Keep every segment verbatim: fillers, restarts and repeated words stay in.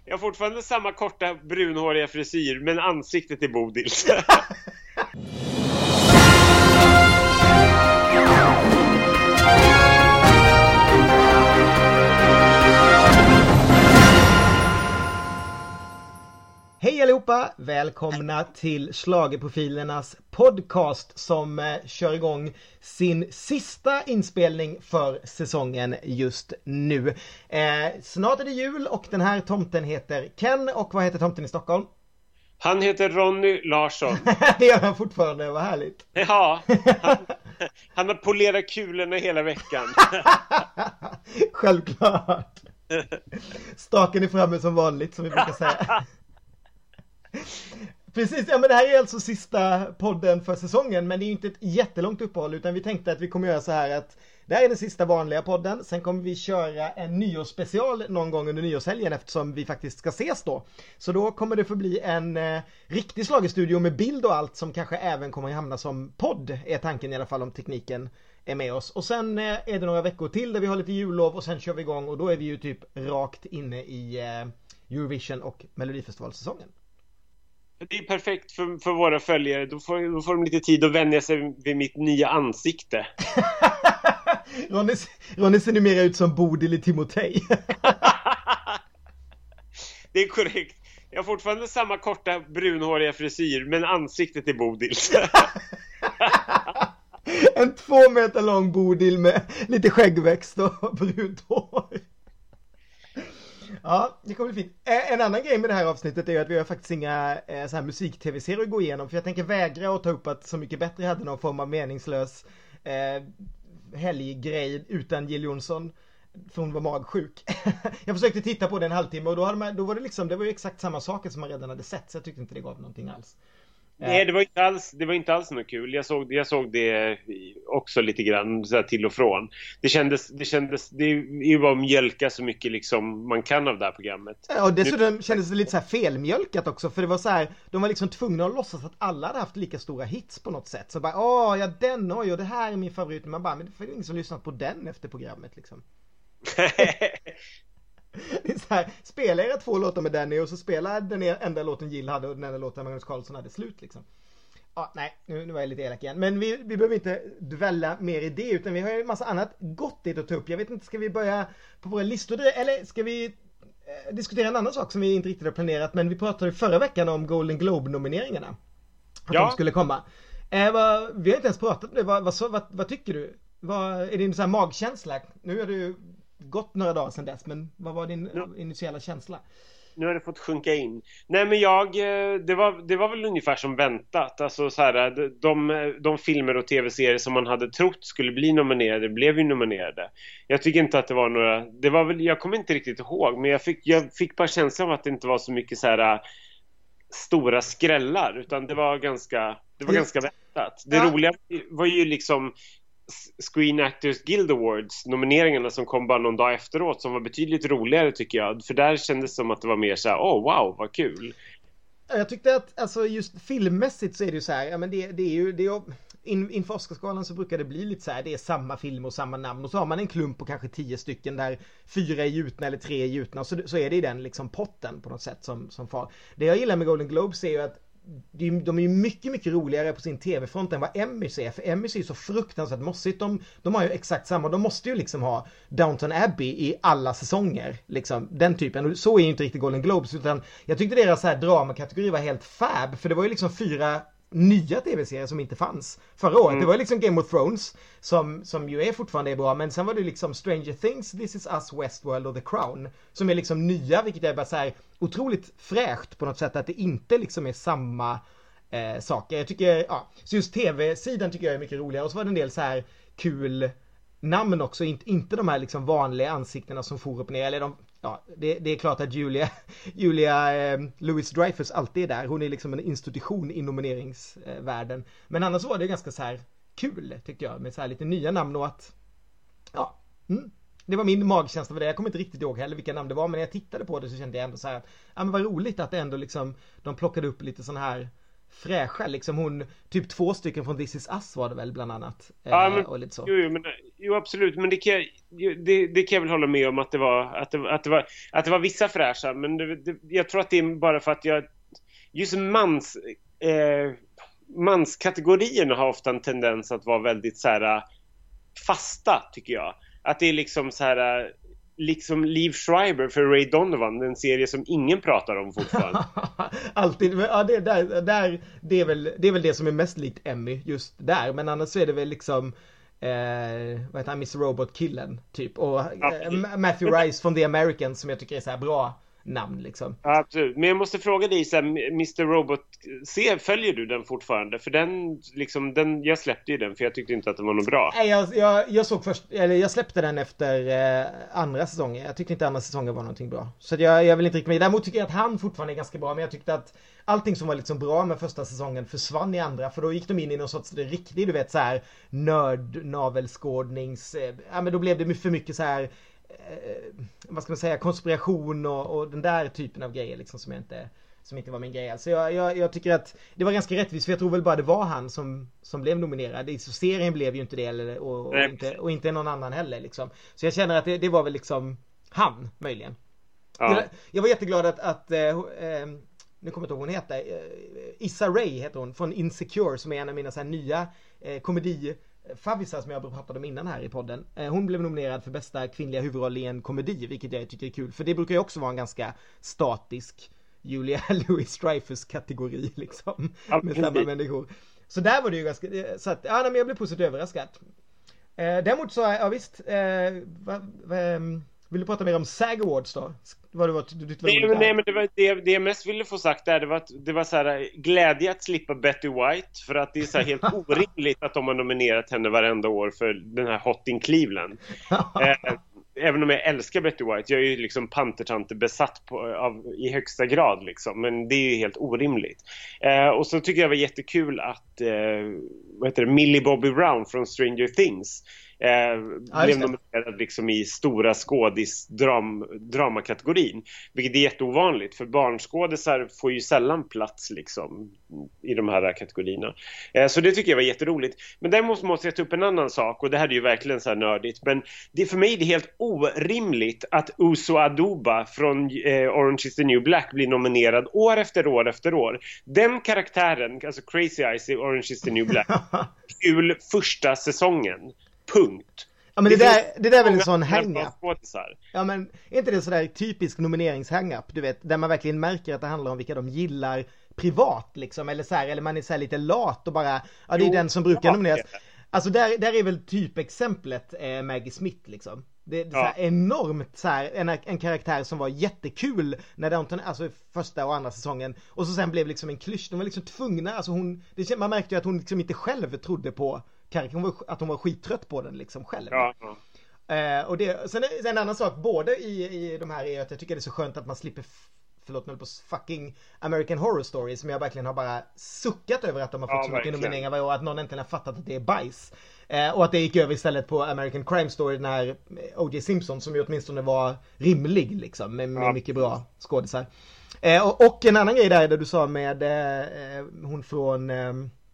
Jag har fortfarande samma korta brunhåriga frisyr, men ansiktet är Bodils. Hej allihopa! Välkomna till Schlagerprofilernas podcast som eh, kör igång sin sista inspelning för säsongen just nu. Eh, snart är det jul och den här tomten heter Ken. Och vad heter tomten i Stockholm? Han heter Ronny Larsson. Det gör han fortfarande, vad härligt. Ja, han, han har polerat kulorna hela veckan. Självklart. Staken är framme som vanligt, som vi brukar säga. Precis, ja men det här är alltså sista podden för säsongen, men det är ju inte ett jättelångt uppehåll, utan vi tänkte att vi kommer göra så här att det här är den sista vanliga podden, sen kommer vi köra en nyårsspecial någon gång under nyårshelgen eftersom vi faktiskt ska ses då. Så då kommer det få bli en eh, riktig schlagerstudio med bild och allt som kanske även kommer att hamna som podd, är tanken i alla fall om tekniken är med oss. Och sen eh, är det några veckor till där vi har lite jullov och sen kör vi igång och då är vi ju typ rakt inne i eh, Eurovision och Melodifestivalsäsongen. Det är perfekt för, för våra följare. Då får, då får de lite tid att vänja sig vid mitt nya ansikte. Ronny, Ronny ser numera ut som Bodil i Timotej. Det är korrekt. Jag har fortfarande samma korta brunhåriga frisyr, men ansiktet är Bodils. En två meter lång Bodil med lite skäggväxt och brunt hår. Ja, det kommer bli fint. En annan grej med det här avsnittet är ju att vi har faktiskt inga eh, så här musik-tv-serier att gå igenom. För jag tänker vägra att ta upp att Så mycket bättre hade någon form av meningslös eh, helggrej utan Jill Johnson. För hon var magsjuk. Jag försökte titta på det en halvtimme och då, hade man, då var det liksom, det var ju exakt samma saker som man redan hade sett. Så jag tyckte inte det gav någonting alls. Nej, det var inte alls, det var inte alls något kul. Jag såg, jag såg det också lite grann så här till och från. Det kändes, det kändes, det är ju bara mjölka så mycket liksom man kan av det här programmet. Ja, och dessutom nu kändes det lite så här felmjölkat också. För det var så här, de var liksom tvungna att låtsas att alla hade haft lika stora hits på något sätt. Så bara, åh, ja den, oj, och det här är min favorit. Man bara, men det är ingen som lyssnat på den efter programmet liksom. Det är så här, spela era två låtar med Danny och så spela den enda låten Jill hade och den enda låten Magnus Carlsson hade slut liksom. Ja, nej, nu, nu var jag lite elak igen. Men vi, vi behöver inte dvälla mer i det utan vi har ju en massa annat gott dit att ta upp. Jag vet inte, ska vi börja på våra listor eller ska vi eh, diskutera en annan sak som vi inte riktigt har planerat, men vi pratade förra veckan om Golden Globe-nomineringarna. Att ja. De skulle komma. Eh, vad, vi har inte ens pratat om det. Vad, vad, vad, vad tycker du? Vad, är din så här magkänsla? Nu har du gått några dagar sedan dess, men vad var din ja. initiala känsla? Nu har det fått sjunka in. Nej, men jag, det var, det var väl ungefär som väntat. Alltså så här, de, de filmer och tv-serier som man hade trott skulle bli nominerade blev ju nominerade. Jag tycker inte att det var några, det var väl, jag kommer inte riktigt ihåg, men jag fick, jag fick bara känslan av att det inte var så mycket så här stora skrällar, utan det var ganska, det var ganska väntat. Det ja. roliga var ju liksom Screen Actors Guild Awards nomineringarna som kom bara någon dag efteråt, som var betydligt roligare tycker jag, för där kändes det som att det var mer så här, åh oh, wow, vad kul. Jag tyckte att alltså just filmmässigt så är det ju så här, ja men det, det är ju det är, in, inför Oscarsgalan så brukar det bli lite så här, det är samma film och samma namn och så har man en klump på kanske tio stycken där fyra är gjutna eller tre är gjutna, så, så är det i den liksom potten på något sätt som, som far. Det jag gillar med Golden Globes är ju att de är ju mycket, mycket roligare på sin tv-front än vad Emmys är. För Emmys är ju så fruktansvärt mossigt. De, de har ju exakt samma. De måste ju liksom ha Downton Abbey i alla säsonger. Liksom, den typen. Och så är ju inte riktigt Golden Globes. Utan jag tyckte deras här dramakategori var helt fab. För det var ju liksom fyra nya tv-serier som inte fanns förra året. Mm. Det var liksom Game of Thrones som, som ju är fortfarande är bra, men sen var det liksom Stranger Things, This Is Us, Westworld och The Crown som är liksom nya, vilket är bara så här otroligt fräscht på något sätt att det inte liksom är samma eh, saker. Jag tycker, ja, så just tv-sidan tycker jag är mycket roligare och så var det en del så här kul namn också, inte, inte de här liksom vanliga ansiktena som for upp ner, eller de, ja, det, det är klart att Julia, Julia eh, Louis-Dreyfus alltid är där. Hon är liksom en institution i nomineringsvärlden. Men annars var det ganska så här kul tycker jag, med så här lite nya namn och att ja, mm, det var min magkänsla för det. Jag kommer inte riktigt ihåg heller vilka namn det var, men när jag tittade på det så kände jag ändå så här, ja men vad roligt att det ändå liksom, de plockade upp lite sån här fräscha, liksom hon, typ två stycken från This Is Us var det väl bland annat. Ja, men, och lite så. Jo, men jo, absolut, men det kan, jag, det, det kan jag väl hålla med om att det var att det, att det var att det var vissa fräscha, men det, det, jag tror att det är bara för att jag just mans eh, manskategorierna har ofta en tendens att vara väldigt så här fasta, tycker jag. Att det är liksom så här liksom Liev Schreiber för Ray Donovan, en serie som ingen pratar om fortfarande. Alltid, ja, det, där, där, det, är väl, det är väl det som är mest likt Emmy just där, men annars så är det väl liksom eh, vad heter han, mister Robot-killen typ, och eh, Matthew Rice från The Americans som jag tycker är så här bra namn liksom. Ja, absolut. Men jag måste fråga dig så här, mister Robot, se, följer du den fortfarande? För den, liksom, den, jag släppte ju den för jag tyckte inte att det var något bra. Nej, jag, jag, jag såg först, eller jag släppte den efter eh, andra säsongen. Jag tyckte inte andra säsongen var någonting bra. Så jag, jag vill inte riktigt med. Däremot tycker jag att han fortfarande är ganska bra, men jag tyckte att allting som var liksom bra med första säsongen försvann i andra, för då gick de in i någon sorts riktig, du vet, så här nörd navelskådnings, eh, ja, men då blev det för mycket så här Eh, vad ska man säga, konspiration och, och den där typen av grejer liksom, som jag inte som inte var min grej. Så jag, jag, jag tycker att det var ganska rättvist, för jag tror väl bara det var han som, som blev nominerad. Så serien blev ju inte det, eller, och, och, inte, och inte någon annan heller liksom. Så jag känner att det, det var väl liksom han, möjligen. Ja. Jag, jag var jätteglad att, att eh, eh, nu kommer jag inte ihåg vad hon heter, eh, Issa Rae heter hon, från Insecure, som är en av mina så här nya eh, komedi Favisa som jag pratade om innan här i podden. Hon blev nominerad för bästa kvinnliga huvudroll i en komedi, vilket jag tycker är kul, för det brukar ju också vara en ganska statisk Julia Louis-Dreyfus-kategori liksom, ja, med samma människor. Så där var det ju ganska, så att, ja, men jag blev positivt överraskad. Eh, däremot så, ja visst, eh, va, va, vill du prata mer om SAG Awards då? Vad det var, du, du, nej, men, nej, men det, var, det, det jag mest ville få sagt där, det var att det var så här, glädje att slippa Betty White, för att det är så här helt orimligt att de har nominerat henne varenda år för den här Hot in Cleveland. eh, även om jag älskar Betty White, jag är ju liksom pantertante besatt på, av, i högsta grad liksom, men det är ju helt orimligt. Eh, och så tycker jag det var jättekul att eh, vad heter det, Millie Bobby Brown från Stranger Things Eh, ja, blev nominerad liksom i stora skådis dram, dramakategorin, vilket är jätteovanligt, för barnskådisar får ju sällan plats liksom i de här kategorierna. Eh, så det tycker jag var jätteroligt. Men däremot måste jag ta upp en annan sak, och det här är ju verkligen så här nördigt, men det är för mig det är helt orimligt att Uzo Aduba från eh, Orange is the New Black blir nominerad år efter år efter år. Den karaktären, alltså Crazy Eyes i Orange is the New Black, kul första säsongen. Punkt. Ja, men det, det där, det där är väl en sån hang-up. Ja, men är inte det sådär typisk nominerings-hang-up, du vet, där man verkligen märker att det handlar om vilka de gillar privat liksom, eller så här, eller man är så här lite lat och bara, ja, det är jo, den som brukar nomineras. Alltså där, där är väl typexemplet eh, Maggie Smith liksom. Det är ja. så här enormt så här, en, en karaktär som var jättekul när de, alltså första och andra säsongen, och så sen blev liksom en klysch. De var liksom tvungna, alltså hon, det, man märkte ju att hon liksom inte själv trodde på karaktären, hon var, att hon var skittrött på den liksom själv. Ja, ja. Eh, och det, sen, sen en annan sak, både i, i de här, är att jag tycker det är så skönt att man slipper förlåt mig på fucking American Horror Story, som jag verkligen har bara suckat över att de har fått ja, så mycket nomineringar varje år, att någon inte har fattat att det är bajs. Eh, och att det gick över istället på American Crime Story, den här O J Simpson, som ju åtminstone var rimlig liksom, med, med ja. mycket bra skådisar. Eh, och, och en annan grej där, där du sa med eh, hon från eh,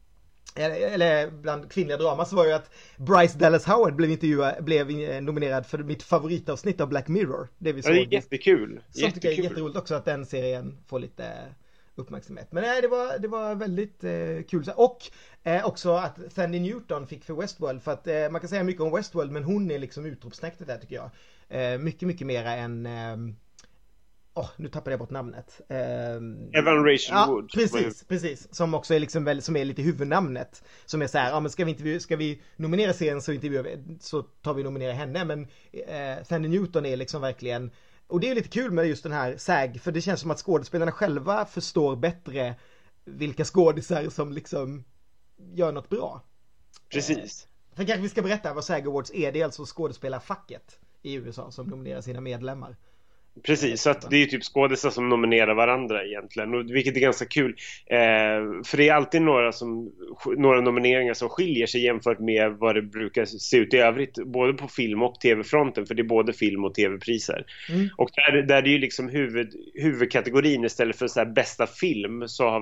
eller bland kvinnliga drama, så var ju att Bryce Dallas Howard blev intervjuad, blev nominerad för mitt favoritavsnitt av Black Mirror. Det vi såg. Ja, det är jättekul. Så tycker jag är jätteroligt också att den serien får lite uppmärksamhet. Men nej, det var, det var väldigt eh, kul. Och eh, också att Thandie Newton fick för Westworld, för att eh, man kan säga mycket om Westworld, men hon är liksom utropsnäktet där, tycker jag. Eh, mycket, mycket mera än eh, Åh, oh, nu tappade jag bort namnet. Um, Evan Rachel ja, Wood. Precis, precis. Som också är liksom väl, som är lite huvudnamnet. Som är så här, ja men ska vi inte ska vi nominera serien så intervjuar vi, så tar vi nominera henne, men eh, Thandie Newton är liksom verkligen, och det är lite kul med just den här SAG, för det känns som att skådespelarna själva förstår bättre vilka skådisar som liksom gör något bra. Precis. Eh, för kanske vi ska berätta vad SAG Awards är. Det är alltså skådespelarfacket i U S A som nominerar sina medlemmar. Precis, så att det är ju typ skådespelare som nominerar varandra egentligen, och vilket är ganska kul, eh, för det är alltid några, som, några nomineringar som skiljer sig jämfört med vad det brukar se ut i övrigt, både på film- och tv-fronten, för det är både film- och tv-priser. Mm. Och där, där det är ju liksom huvud, huvudkategorin istället för så här bästa film, så har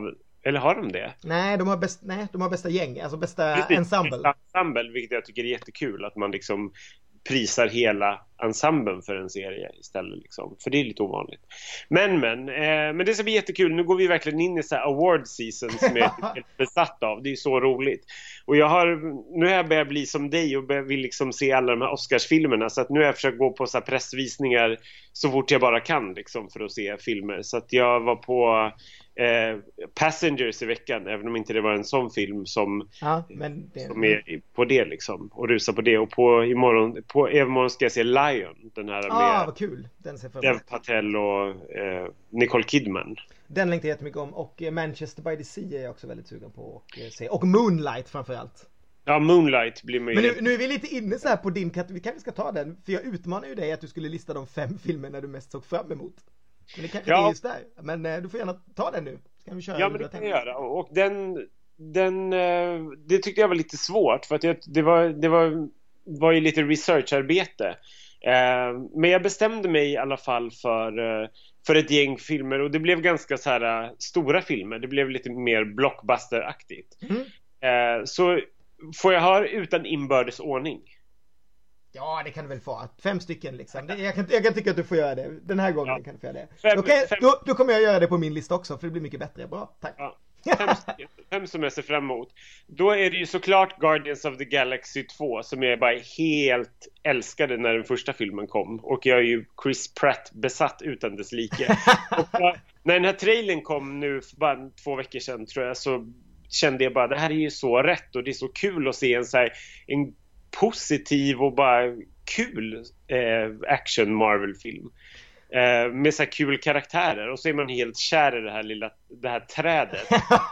Eller har de det? Nej, de har, bäst, nej, de har bästa gäng, alltså bästa Precis, ensemble. bästa ensemble, vilket jag tycker är jättekul. Att man liksom prisar hela ensemblen för en serie istället liksom. För det är lite ovanligt. Men men, eh, men det ska bli jättekul. Nu går vi verkligen in i så här award season som jag är helt besatt av. Det är så roligt. Och jag har, nu har jag börjat bli som dig och vill liksom se alla de här Oscarsfilmerna. Så att nu har jag försökt gå på så här pressvisningar så fort jag bara kan liksom, för att se filmer. Så att jag var på Eh, Passengers i veckan, även om inte det var en sån film som, ja, men det... som är på det liksom, och rusa på det. Och på imorgon, på imorgon ska jag se Lion, den här ah, med vad kul. Den ser Dev Patel och eh, Nicole Kidman. Den längtar jag jättemycket om. Och Manchester by the Sea är jag också väldigt sugen på att se. Och Moonlight framförallt. Ja, Moonlight blir med. Men nu, nu är vi lite inne så här på din kategori. Vi kanske ska ta den. För jag utmanar ju dig att du skulle lista de fem filmerna du mest såg fram emot. Men det kanske ja. är just där. Men eh, du får gärna ta den nu. Kan vi köra ja, men det kan jag göra. Och den, den, eh, det tyckte jag var lite svårt. För att jag, det, var, det var, var ju lite researcharbete. Eh, men jag bestämde mig i alla fall för, eh, för ett gäng filmer. Och det blev ganska så här uh, stora filmer. Det blev lite mer blockbusteraktigt. Mm. Eh, så får jag höra utan inbördes ordning? Ja, det kan du väl få. Fem stycken liksom. Det, jag, kan, jag kan tycka att du får göra det. Den här gången ja. kan du få göra det. Fem, Okej, fem. Då, då kommer jag göra det på min lista också. För det blir mycket bättre. Bra, tack. Ja. Fem, stycken, fem som jag ser fram emot. Då är det ju såklart Guardians of the Galaxy två. Som jag bara helt älskade när den första filmen kom. Och jag är ju Chris Pratt besatt utan dess like. Och bara, när den här trailern kom nu för bara två veckor sedan tror jag, så kände jag bara, det här är ju så rätt. Och det är så kul att se en så här, en positiv och bara kul eh, action Marvel-film eh, med så här kul karaktärer, och så är man helt kär i det här lilla det här trädet.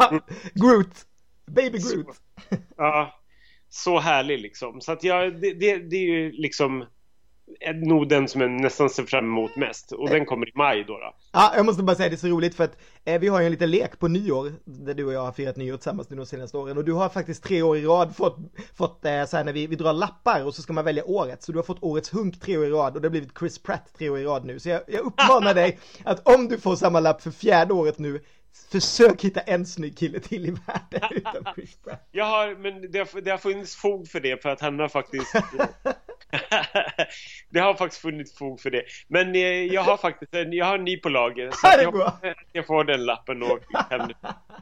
Groot, baby Groot. Så, ja, så härlig liksom. Så att jag, det, det, det är ju liksom är nog den som jag nästan ser fram emot mest. Och den kommer i maj då, då. Ja, jag måste bara säga det är så roligt för att eh, vi har ju en liten lek på nyår där du och jag har firat nyår tillsammans de senaste åren. Och du har faktiskt tre år i rad fått, fått eh, så här när vi, vi drar lappar och så ska man välja året. Så du har fått årets hunk tre år i rad och det har blivit Chris Pratt tre år i rad nu. Så jag, jag uppmanar dig att om du får samma lapp för fjärde året nu, försök hitta en snygg kille till i världen utan Chris Pratt. Jag har, men det har, det har funnits fog för det, för att han har faktiskt det har faktiskt funnits fog för det. Men eh, jag har faktiskt en, jag har en ny på lager, så att jag, jag får den lappen och kan...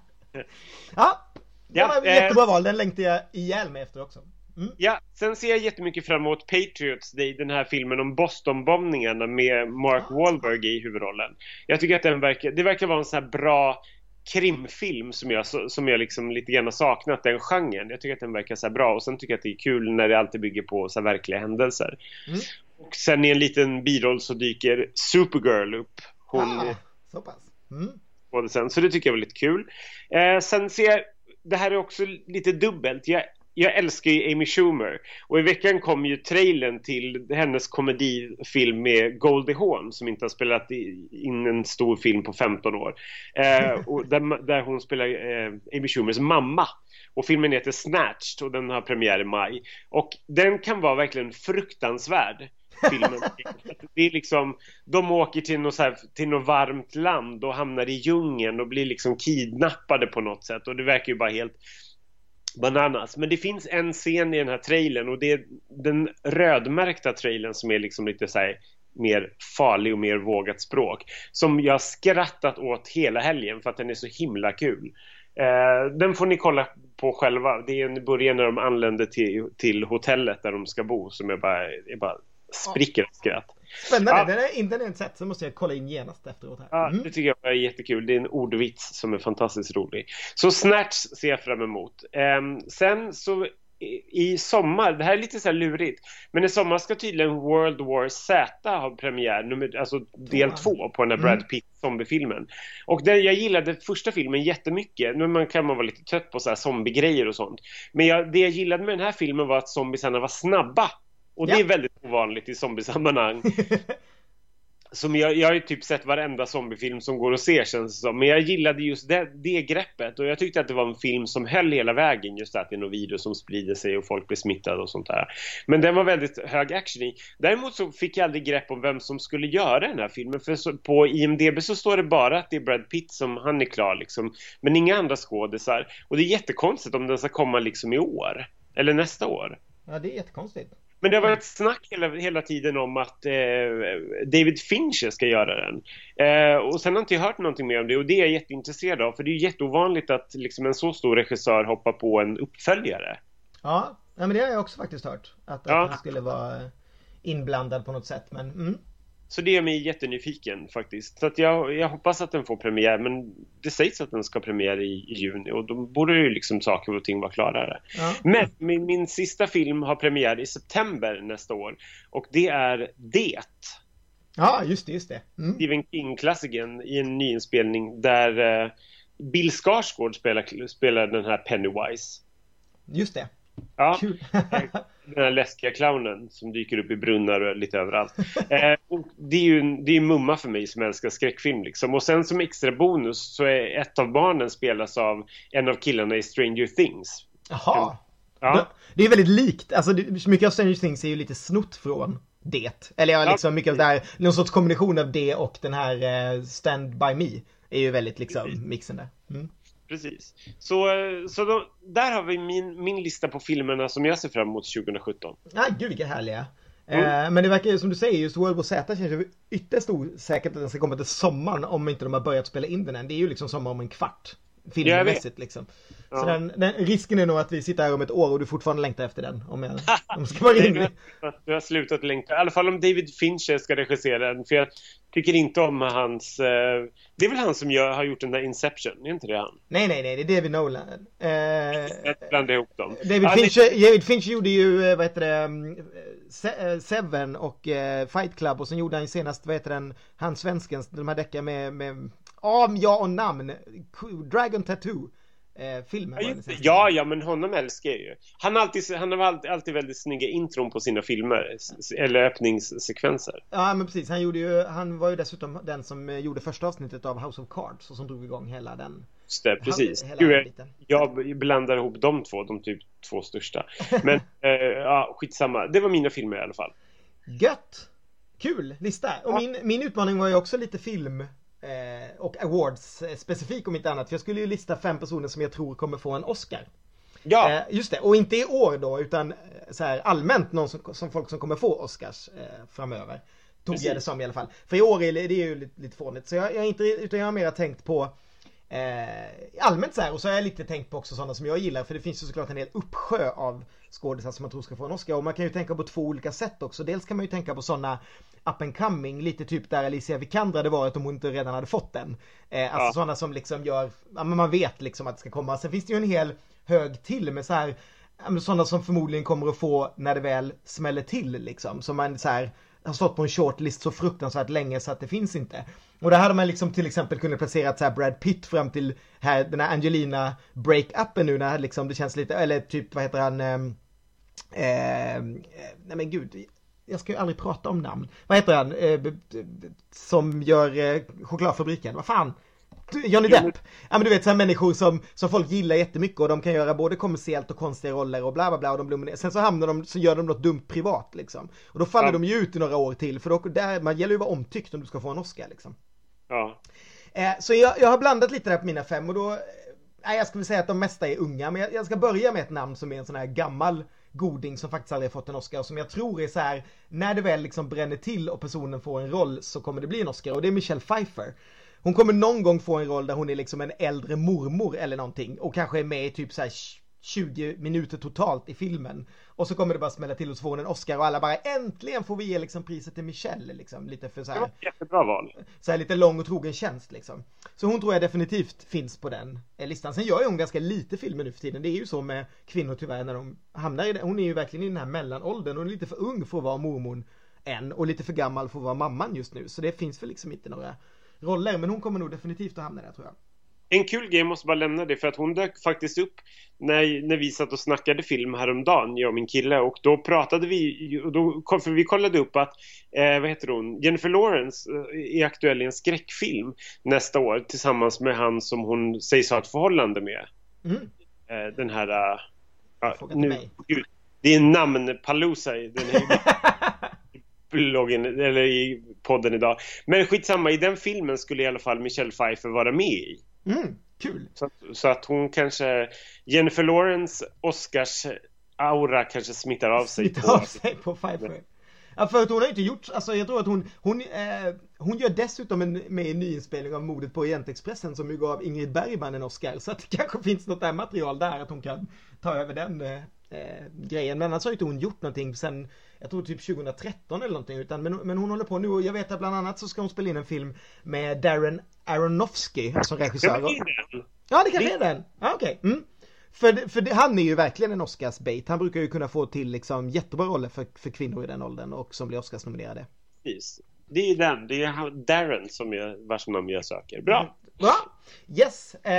Ja, det var ja, jättebra val. Den längtar jag ihjäl med efter också. Mm. Ja, sen ser jag jättemycket fram emot Patriots Day, den här filmen om Boston-bombningarna med Mark Wahlberg i huvudrollen. Jag tycker att den verkar, det verkar vara en sån här bra krimfilm som jag, som jag liksom lite grann har saknat, den genren. Jag tycker att den verkar så här bra, och sen tycker jag att det är kul när det alltid bygger på så här verkliga händelser. Mm. Och sen i en liten biroll så dyker Supergirl upp. Hon ah, så pass. Mm. Och sen, så det tycker jag var lite kul. Eh, sen ser jag, det här är också lite dubbelt. Jag Jag älskar ju Amy Schumer. Och i veckan kom ju trailern till hennes komedifilm med Goldie Hawn, som inte har spelat in en stor film på femton år. Eh, och där, där hon spelar eh, Amy Schumers mamma. Och filmen heter Snatched och den har premiär i maj. Och den kan vara verkligen fruktansvärd. Filmen. Det är liksom, de åker till något, så här, till något varmt land och hamnar i djungeln och blir liksom kidnappade på något sätt. Och det verkar ju bara helt bananas. Men det finns en scen i den här trailern, och det är den rödmärkta trailern som är liksom lite så här mer farlig och mer vågat språk, som jag skrattat åt hela helgen för att den är så himla kul. Eh, den får ni kolla på själva. Det är en början när de anländer till, till hotellet där de ska bo, som jag bara, jag bara spricker av skratt. Spännande, ja. Den är inte en sett, så måste jag kolla in genast efteråt här. Ja, mm. Det tycker jag är jättekul. Det är en ordvits som är fantastiskt rolig. Så Snatch ser jag fram emot. Um, sen så i, i sommar, det här är lite så här lurigt, men i sommar ska tydligen World War Z ha premiär, nummer, alltså del två på den här Brad Pitt zombiefilmen. Och den, jag gillade första filmen jättemycket. Nu man kan man vara lite trött på så här zombiegrejer och sånt. Men jag, det jag gillade med den här filmen var att zombiesarna var snabba. Och det ja. är väldigt ovanligt i zombiesammanhang. som jag, jag har ju typ sett varenda zombiefilm som går att se, känns det som. Men jag gillade just det, det greppet. Och jag tyckte att det var en film som höll hela vägen. Just att det är något virus som sprider sig och folk blir smittade och sånt där. Men den var väldigt hög action i. Däremot så fick jag aldrig grepp om vem som skulle göra den här filmen. För så, på I M D B så står det bara att det är Brad Pitt som han är klar liksom. Men inga andra skådisar. Och det är jättekonstigt om den ska komma liksom i år. Eller nästa år. Ja, det är jättekonstigt. Men det har varit snack hela, hela tiden om att eh, David Fincher ska göra den. Eh, och sen har jag inte hört någonting mer om det. Och det är jag jätteintresserad av. För det är ju jätteovanligt att liksom, en så stor regissör hoppar på en uppföljare. Ja, men det har jag också faktiskt hört. Att, ja. att han skulle vara inblandad på något sätt. Men, mm. Så det är mig jättenyfiken faktiskt. Så att jag, jag hoppas att den får premiär. Men det sägs att den ska premiär i, i juni. Och då borde ju liksom saker och ting vara klarare. Ja. Men min, min sista film har premiär i september nästa år. Och det är Det. Ja, just det, just det. Mm. Stephen King-klassikern i en nyinspelning där eh, Bill Skarsgård spelar, spelar den här Pennywise. Just det. Ja, kul. Den här läskiga clownen som dyker upp i brunnar och lite överallt. eh, och det är ju det är mumma för mig som älskar skräckfilm liksom. Och sen som extra bonus så är ett av barnen spelas av en av killarna i Stranger Things. Jaha. Ja. Det är väldigt likt. Alltså mycket av Stranger Things är ju lite snott från det. Eller ja, liksom mycket av det här, någon sorts kombination av det och den här uh, Stand By Me är ju väldigt liksom mixen där. Mm. Precis. Så, så då, där har vi min, min lista på filmerna som jag ser fram emot tjugo sjutton. Ja, gud vilka härliga. Mm. Eh, men det verkar ju som du säger, just World War Z känns ju ytterst osäkert att den ska komma till sommaren om inte de har börjat spela in den än. Det är ju liksom sommar om en kvart. Filmmässigt liksom. Så ja. den, den, risken är nog att vi sitter här om ett år och du fortfarande längtar efter den. Om jag, om jag ska vara rimlig. Du har slutat längta. I alla fall om David Fincher ska regissera den. För jag tycker inte om hans... Eh, det är väl han som gör, har gjort den där Inception, är inte det han? Nej, nej, nej, det är David Nolan. Eh, jag blandar ihop dem. David, ah, Fincher, det... David Fincher gjorde ju, vad heter det, Seven och eh, Fight Club. Och sen gjorde han senast, vad heter den, han svenskens, de här deckar med... med Ja, ja och namn. Dragon Tattoo. Eh, filmen ja, ja, ja, men honom älskar jag ju. Han har alltid, han har alltid, alltid väldigt snygga intron på sina filmer. Eller öppningssekvenser. Ja, men precis. Han, gjorde ju, han var ju dessutom den som gjorde första avsnittet av House of Cards. Och som drog igång hela den. Just det, precis. Hela Gud, jag, jag blandar ihop de två, de typ två största. Men eh, ja, skitsamma. Det var mina filmer i alla fall. Gött! Kul lista. Och min, min utmaning var ju också lite film... Eh, och awards eh, specifikt om inte annat. För jag skulle ju lista fem personer som jag tror kommer få en Oscar. Ja. Eh, just det, och inte i år då, utan så här, allmänt någon som, som folk som kommer få Oscars eh, framöver. Tog Precis. jag det som i alla fall. För i år är det, det är ju lite, lite fånigt. Så jag, jag, inte, utan jag har mer tänkt på eh, allmänt så här. Och så har jag lite tänkt på också sådana som jag gillar. För det finns ju såklart en hel uppsjö av skådespelare som man tror ska få en Oscar. Och man kan ju tänka på två olika sätt också. Dels kan man ju tänka på sådana up and coming, lite typ där Alicia Vikander hade varit om hon inte redan hade fått den. Eh, alltså ja. Sådana som liksom gör, ja, men man vet liksom att det ska komma. Sen finns det ju en hel hög till med så här, sådana som förmodligen kommer att få när det väl smäller till liksom. Som man så här har stått på en shortlist så fruktansvärt länge så att det finns inte. Och där hade man liksom till exempel kunnat placera så här Brad Pitt fram till här, den här Angelina break-upen nu när liksom det känns lite, eller typ vad heter han, eh, eh, nej men gud, jag ska ju aldrig prata om namn. Vad heter han? Eh, som gör eh, chokladfabriken. Vad fan? Johnny Depp. Ja men du vet så här människor som, som folk gillar jättemycket och de kan göra både kommersiellt och konstiga roller och bla bla bla och de blir, sen så hamnar de, så gör de något dumt privat liksom. Och då faller ja. de ju ut i några år till för då, där, man gäller ju att vara omtyckt om du ska få en Oscar liksom. Ja. Eh, så jag, jag har blandat lite där på mina fem och då, eh, jag skulle säga att de mesta är unga men jag, jag ska börja med ett namn som är en sån här gammal goding som faktiskt aldrig har fått en Oscar och som jag tror är så här, när det väl liksom bränner till och personen får en roll så kommer det bli en Oscar och det är Michelle Pfeiffer. Hon kommer någon gång få en roll där hon är liksom en äldre mormor eller någonting och kanske är med i typ så här tjugo minuter totalt i filmen och så kommer det bara smälla till och så får hon en Oscar och alla bara äntligen får vi ge liksom priset till Michelle liksom, lite för så här, det var ett jättebra val. Så här lite lång och trogen tjänst liksom. Så hon tror jag definitivt finns på den listan. Sen gör ju hon ganska lite filmer nu för tiden. Det är ju så med kvinnor tyvärr när de hamnar i det. Hon är ju verkligen i den här mellanåldern. Hon är lite för ung för att vara mormor än och lite för gammal för att vara mamman just nu. Så det finns väl liksom inte några roller, men hon kommer nog definitivt att hamna där tror jag. En kul grej, måste bara lämna det, för att hon dök faktiskt upp när, när vi satt och snackade film häromdagen, jag och min kille, och då pratade vi, och då, för vi kollade upp att eh, vad heter hon? Jennifer Lawrence eh, är aktuell i en skräckfilm nästa år tillsammans med han som hon sägs ha ett förhållande med. Mm. Eh, den här uh, ja, nu, mig. Gud, det är namn Palooza, den är bloggen, eller i podden idag. Men skitsamma, i den filmen skulle i alla fall Michelle Pfeiffer vara med i. Mm, kul. Så, så att hon kanske, Jennifer Lawrence Oscars aura kanske smittar av sig Smittar på, av sig på Pfeiffer. Ja, för att hon har inte gjort, alltså jag tror att hon hon, eh, hon gör dessutom en, med en nyinspelning av Mordet på Orientexpressen som ju gav Ingrid Bergman en Oscar, så att det kanske finns något där material där att hon kan ta över den eh, grejen. Men annars har inte hon gjort någonting sen, jag tror typ tjugohundratretton eller någonting, utan, men, men hon håller på nu, och jag vet att bland annat så ska hon spela in en film med Darren Aronofsky som regissör. Ja, det kanske är den. Ja, okej. Okay. Mm. För, för det, han är ju verkligen en Oscarsbait. Han brukar ju kunna få till liksom jättebra roller för, för kvinnor i den åldern och som blir Oscarsnominerade. Precis. Det är den. Det är Darren som är vars namn jag söker. Bra. Ja. Yes. Eh,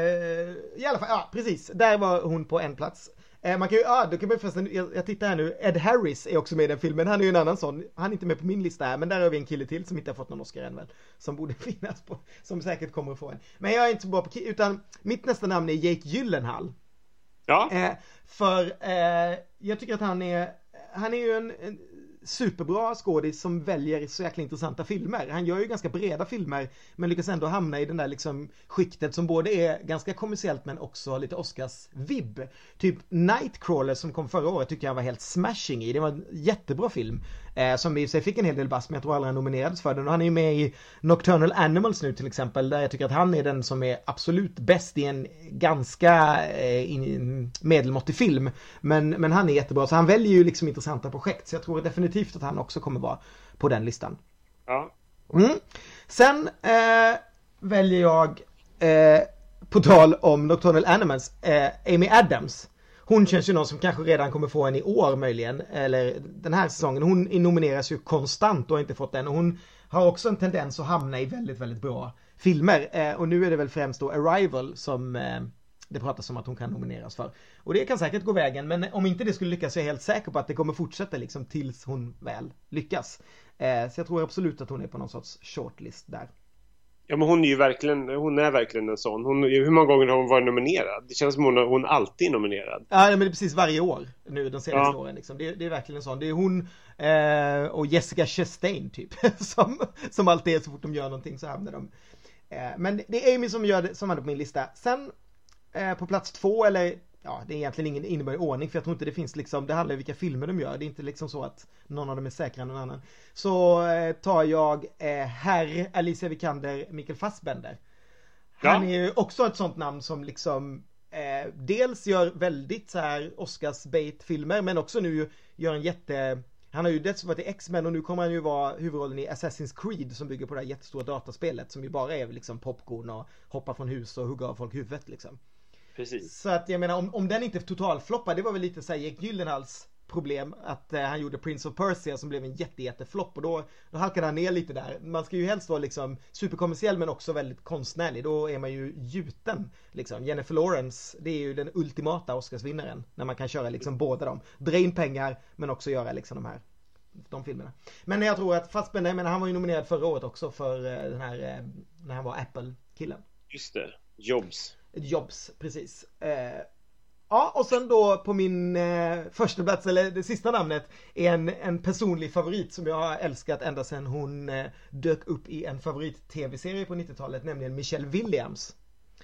I alla fall, ja, precis. Där var hon på en plats. Eh, man kan ju, ja, då kan man förresten, jag, jag tittar här nu. Ed Harris är också med i den filmen. Han är ju en annan sån. Han är inte med på min lista här, men där har vi en kille till som inte har fått någon Oscar än väl. Som borde finnas på, som säkert kommer att få en. Men jag är inte så bra på, utan mitt nästa namn är Jake Gyllenhaal. Ja. Eh, för eh, jag tycker att han är han är ju en, en superbra skådis som väljer så jäkla intressanta filmer. Han gör ju ganska breda filmer men lyckas ändå hamna i den där liksom skiktet som både är ganska kommersiellt men också lite Oscars-vibb. Typ Nightcrawler som kom förra året tycker jag var helt smashing i. Det var en jättebra film eh, som i sig fick en hel del bass, men jag tror aldrig han nominerades för den. Och han är ju med i Nocturnal Animals nu till exempel, där jag tycker att han är den som är absolut bäst i en ganska eh, in, medelmåttig film. Men, men han är jättebra, så han väljer ju liksom intressanta projekt, så jag tror definitivt att han också kommer vara på den listan. Ja. Mm. Sen eh, väljer jag eh, på tal om Nocturnal Animals eh, Amy Adams. Hon känns ju någon som kanske redan kommer få en i år möjligen, eller den här säsongen. Hon nomineras ju konstant och har inte fått den, och hon har också en tendens att hamna i väldigt, väldigt bra filmer. Eh, och nu är det väl främst då Arrival som eh, det pratas om att hon kan nomineras för. Och det kan säkert gå vägen, men om inte det skulle lyckas så är jag helt säker på att det kommer fortsätta liksom tills hon väl lyckas. Eh, så jag tror absolut att hon är på någon sorts shortlist där. Ja, men hon är ju verkligen, hon är verkligen en sån. Hon, hur många gånger har hon varit nominerad? Det känns som hon, hon alltid är nominerad. Ja, men det är precis varje år nu de senaste ja. åren. Liksom. Det, det är verkligen en sån. Det är hon eh, och Jessica Chastain typ som, som alltid är så fort de gör någonting så hamnar de. Eh, men det är Amy som gör det, som är på min lista. Sen eh, på plats två, eller ja, det är egentligen ingen innebörd ordning, för jag tror inte det finns liksom, det handlar om vilka filmer de gör. Det är inte liksom så att någon av dem är säkrare än någon annan. Så eh, tar jag eh, herr Alicia Vikander, Mikael Fassbender. Han ja. är ju också ett sånt namn som liksom eh, dels gör väldigt så här Oscars-bait-filmer, men också nu gör en jätte... Han har ju dessutom varit i X-Men och nu kommer han ju vara huvudrollen i Assassin's Creed som bygger på det här jättestora dataspelet som ju bara är liksom popcorn och hoppa från hus och hugga av folk huvudet liksom. Precis. Så att jag menar, om, om den inte totalfloppar, det var väl lite så här Jake Gyllenhaals problem att eh, han gjorde Prince of Persia som blev en jätte, jätte flopp, och då, då halkade han ner lite där. Man ska ju helst vara liksom superkommersiell men också väldigt konstnärlig, då är man ju gjuten liksom. Jennifer Lawrence, det är ju den ultimata Oscarsvinnaren när man kan köra liksom båda dem, dra in pengar men också göra liksom de här de filmerna. Men jag tror att Fassbender, jag menar, han var ju nominerad förra året också för eh, den här eh, när han var Apple-killen. Just det, Jobs. Jobs, precis. Eh, ja, och sen då på min eh, första plats, eller det sista namnet, är en, en personlig favorit som jag har älskat ända sedan hon eh, dök upp i en favorit-tv-serie på nittiotalet, nämligen Michelle Williams.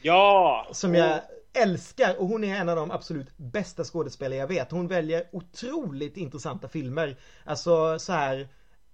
Ja! Som jag älskar, och hon är en av de absolut bästa skådespelare jag vet. Hon väljer otroligt intressanta filmer. Alltså så här...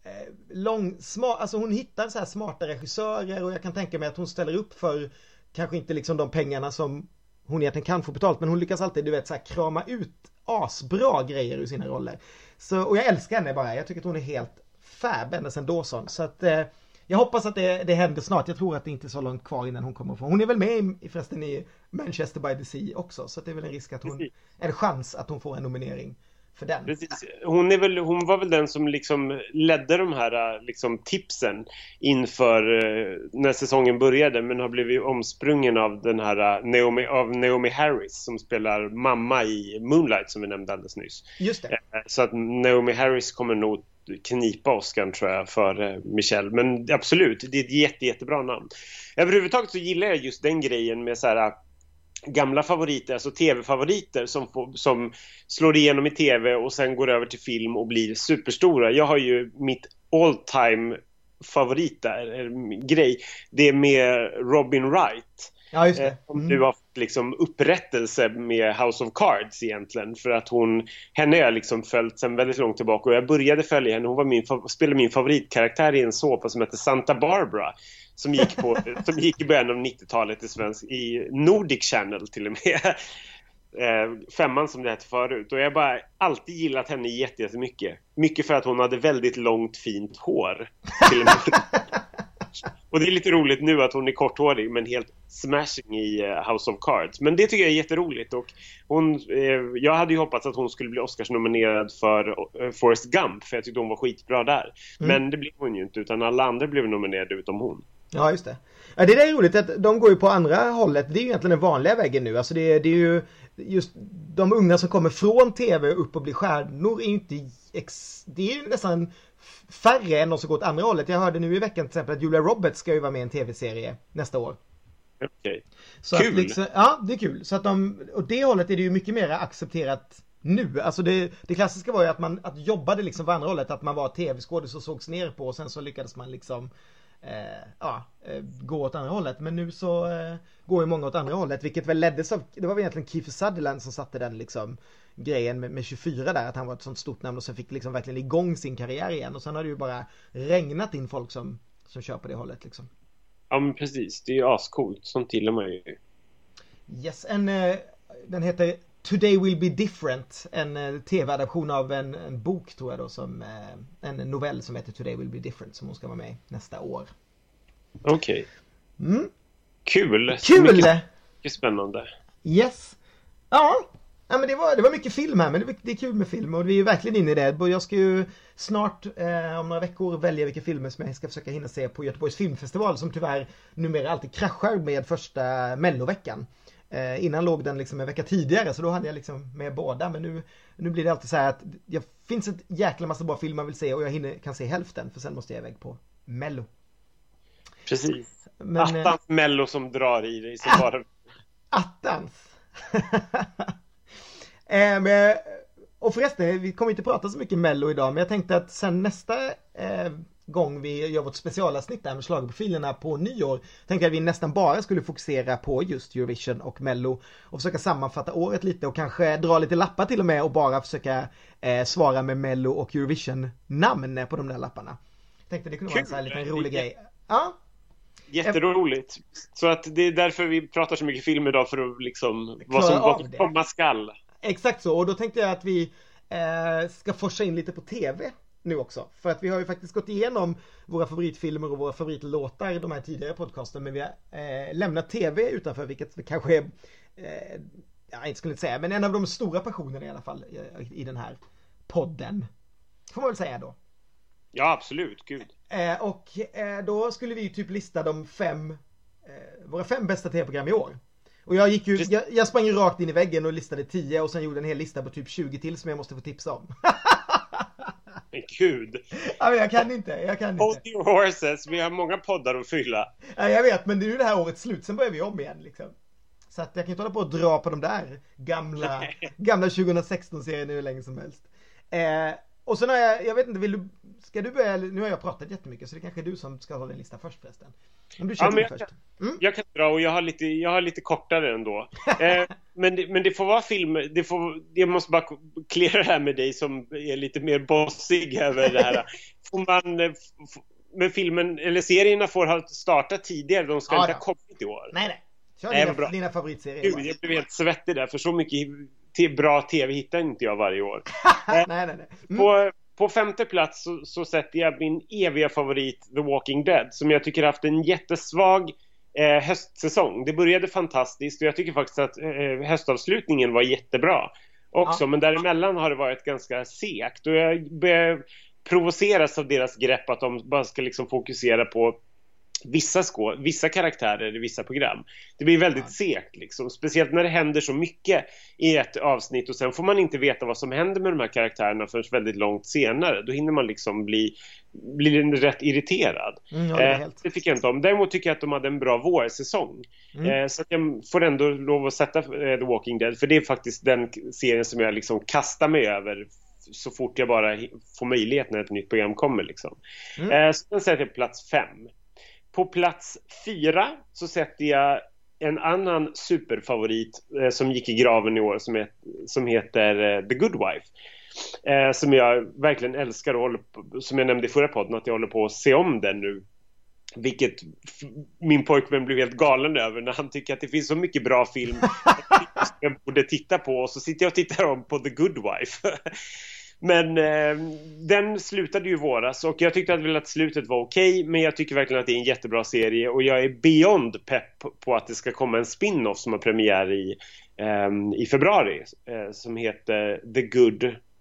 lång, smart, alltså hon hittar så här smarta regissörer, och jag kan tänka mig att hon ställer upp för kanske inte liksom de pengarna som hon egentligen kan få betalt, men hon lyckas alltid, du vet, så här krama ut asbra grejer ur sina roller. Så, och jag älskar henne bara, jag tycker att hon är helt fab ända sedan Dawson, så att eh, jag hoppas att det, det händer snart. Jag tror att det inte är så långt kvar innan hon kommer att få. Hon är väl med i, förresten i Manchester by the Sea också, så att det är väl en risk att hon, en chans att hon får en nominering för den. Precis. Hon, är väl, hon var väl den som liksom ledde de här liksom, tipsen inför eh, när säsongen började, men har blivit omsprungen av den här Naomi, av Naomi Harris som spelar mamma i Moonlight som vi nämnde alldeles nyss. Just det. Eh, så att Naomi Harris kommer nog knipa Oscar tror jag för eh, Michelle, men absolut, det är ett jätte, jättebra namn. Överhuvudtaget så gillar jag just den grejen med så här gamla favoriter, alltså tv-favoriter som, får, som slår igenom i tv och sen går över till film och blir superstora. Jag har ju mitt all-time favorit där, grej, det är med Robin Wright. Ja, just det. Mm. Som nu har fått liksom upprättelse med House of Cards egentligen, för att hon, henne har jag liksom följt sedan väldigt långt tillbaka och jag började följa henne, hon var min, spelade min favoritkaraktär i en såpa som heter Santa Barbara som gick, på, som gick i början av nittiotalet i, svensk, i Nordic Channel till och med. Eh, femman som det hette förut. Och jag har bara alltid gillat henne jättemycket. Mycket för att hon hade väldigt långt fint hår. Till och med. Och det är lite roligt nu att hon är korthårig men helt smashing i House of Cards. Men det tycker jag är jätteroligt. Och hon, eh, jag hade ju hoppats att hon skulle bli Oscars-nominerad för eh, Forrest Gump, för jag tyckte hon var skitbra där. Mm. Men det blev hon ju inte, utan alla andra blev nominerade utom hon. Ja, just det. Ja, det där är roligt att de går ju på andra hållet. Det är ju egentligen den vanliga vägen nu. Alltså det, det är ju just de unga som kommer från tv upp och blir stjärnor är ju inte ex, det är ju nästan färre än de som går åt andra hållet. Jag hörde nu i veckan till exempel att Julia Roberts ska ju vara med i en tv-serie nästa år. Okej. Så kul! Att liksom, ja, det är kul. Så att de, och det hållet är det ju mycket mer accepterat nu. Alltså det, det klassiska var ju att man att jobbade liksom på andra hållet, att man var tv-skådis och sågs ner på och sen så lyckades man liksom Eh, ja, eh, gå åt andra hållet. Men nu så eh, går ju många åt andra hållet, vilket väl leddes av, det var väl egentligen Kiefer Sutherland som satte den liksom grejen med, med tjugofyra där, att han var ett sånt stort namn och sen fick liksom verkligen igång sin karriär igen, och sen har det ju bara regnat in folk som, som kör på det hållet liksom. Ja men precis, det är ju ascoolt, sånt gillar man ju. Yes, en, eh, den heter Today Will Be Different, en eh, tv-adaption av en, en bok tror jag då, som eh, en novell som heter Today Will Be Different, som hon ska vara med nästa år. Okej. Okay. Mm. Kul. Kul! Mycket, mycket spännande. Yes. Ja, ja men det var, det var mycket film här, men det, det är kul med film och vi är verkligen inne i det. Jag ska ju snart eh, om några veckor välja vilka filmer som jag ska försöka hinna se på Göteborgs filmfestival, som tyvärr numera alltid kraschar med första melloveckan. Eh, innan låg den liksom en vecka tidigare, så då hade jag liksom med båda, men nu, nu blir det alltid så här att det finns ett jäkla massa bra filmer man vill se och jag hinner, kan se hälften, för sen måste jag iväg på Mello. Precis. Men, attans eh, Mello som drar i dig som att, bara... Attans! eh, men, och förresten, vi kommer inte prata så mycket Mello idag, men jag tänkte att sen nästa eh, gång vi gör vårt specialavsnitt där med schlagerprofilerna på nyår, tänkte jag att vi nästan bara skulle fokusera på just Eurovision och Mello och försöka sammanfatta året lite och kanske dra lite lappar till och med och bara försöka eh, svara med Mello och Eurovision-namn på de där lapparna. Jag tänkte det kunde vara en sån här liten rolig grej. Ja. Jätteroligt. Så att det är därför vi pratar så mycket film idag, för att liksom vad som vad komma skall. Exakt så, och då tänkte jag att vi eh, ska forsa in lite på tv nu också. För att vi har ju faktiskt gått igenom våra favoritfilmer och våra favoritlåtar i de här tidigare podcasten, men vi har eh, lämnat tv utanför, vilket kanske är, eh, jag inte skulle inte säga, men en av de stora passionerna i alla fall i, i den här podden. Får man väl säga då. Ja, absolut, gud. Eh, och eh, då skulle vi typ lista de fem eh, våra fem bästa tv-program i år. Och jag gick ju, jag, jag sprang ju rakt in i väggen och listade tio och sen gjorde en hel lista på typ tjugo till som jag måste få tipsa om. Men gud. Ja, men jag kan inte, jag kan Hold inte. your horses, vi har många poddar att fylla. Ja, jag vet, men det är ju det här årets slut, sen börjar vi om igen liksom. Så att jag kan inte hålla på att dra på de där gamla, gamla tjugohundrasexton-serien hur länge som helst. Eh, och sen har jag, jag vet inte, vill du, ska du börja, nu har jag pratat jättemycket så det är kanske är du som ska hålla din lista först förresten. Om du kör ja, men jag, först. Mm? Jag kan dra och jag har lite, jag har lite kortare ändå. eh, men, det, men det får vara film, det får, jag måste bara klära det här med dig som är lite mer bossig över det här. Får man, f, men filmen, eller serierna får ha startat tidigare, de ska ja, inte ha kommit i år. Nej, nej. Kör nej, dina, dina favoritserier. Gud, jag blev helt svettig där, för så mycket till bra tv hittar inte jag varje år. nej, nej, nej. Mm. På, på femte plats så, så sätter jag min eviga favorit The Walking Dead, som jag tycker har haft en jättesvag eh, höstsäsong. Det började fantastiskt och jag tycker faktiskt att eh, höstavslutningen var jättebra. också, Ja. men däremellan har det varit ganska segt. Och jag börjar provoceras av deras grepp att de bara ska liksom fokusera på vissa skå, vissa karaktärer i vissa program. Det blir väldigt ja. segt liksom, speciellt när det händer så mycket i ett avsnitt och sen får man inte veta vad som händer med de här karaktärerna förrän väldigt långt senare. Då hinner man liksom bli, bli rätt irriterad. Mm, ja, det, eh, det fick jag inte om. Däremot tycker jag att de hade en bra vårsäsong. Mm. Eh, så att jag får ändå lov att sätta eh, The Walking Dead, för det är faktiskt den serien som jag liksom kastar mig över så fort jag bara får möjlighet när ett nytt program kommer liksom. Mm. Eh, så den sätter jag på plats fem. På plats fyra så sätter jag en annan superfavorit eh, som gick i graven i år som, är, som heter eh, The Good Wife. Eh, som jag verkligen älskar och håller på, som jag nämnde i förra podden, att jag håller på att se om den nu. Vilket f- min pojkvän blev helt galen över när han tycker att det finns så mycket bra film att jag borde titta på. Och så sitter jag och tittar om på The Good Wife. Men eh, den slutade ju våras och jag tyckte att, väl att slutet var okej, men jag tycker verkligen att det är en jättebra serie och jag är beyond pepp på att det ska komma en spin-off som har premiär i, eh, i februari eh, som heter The Good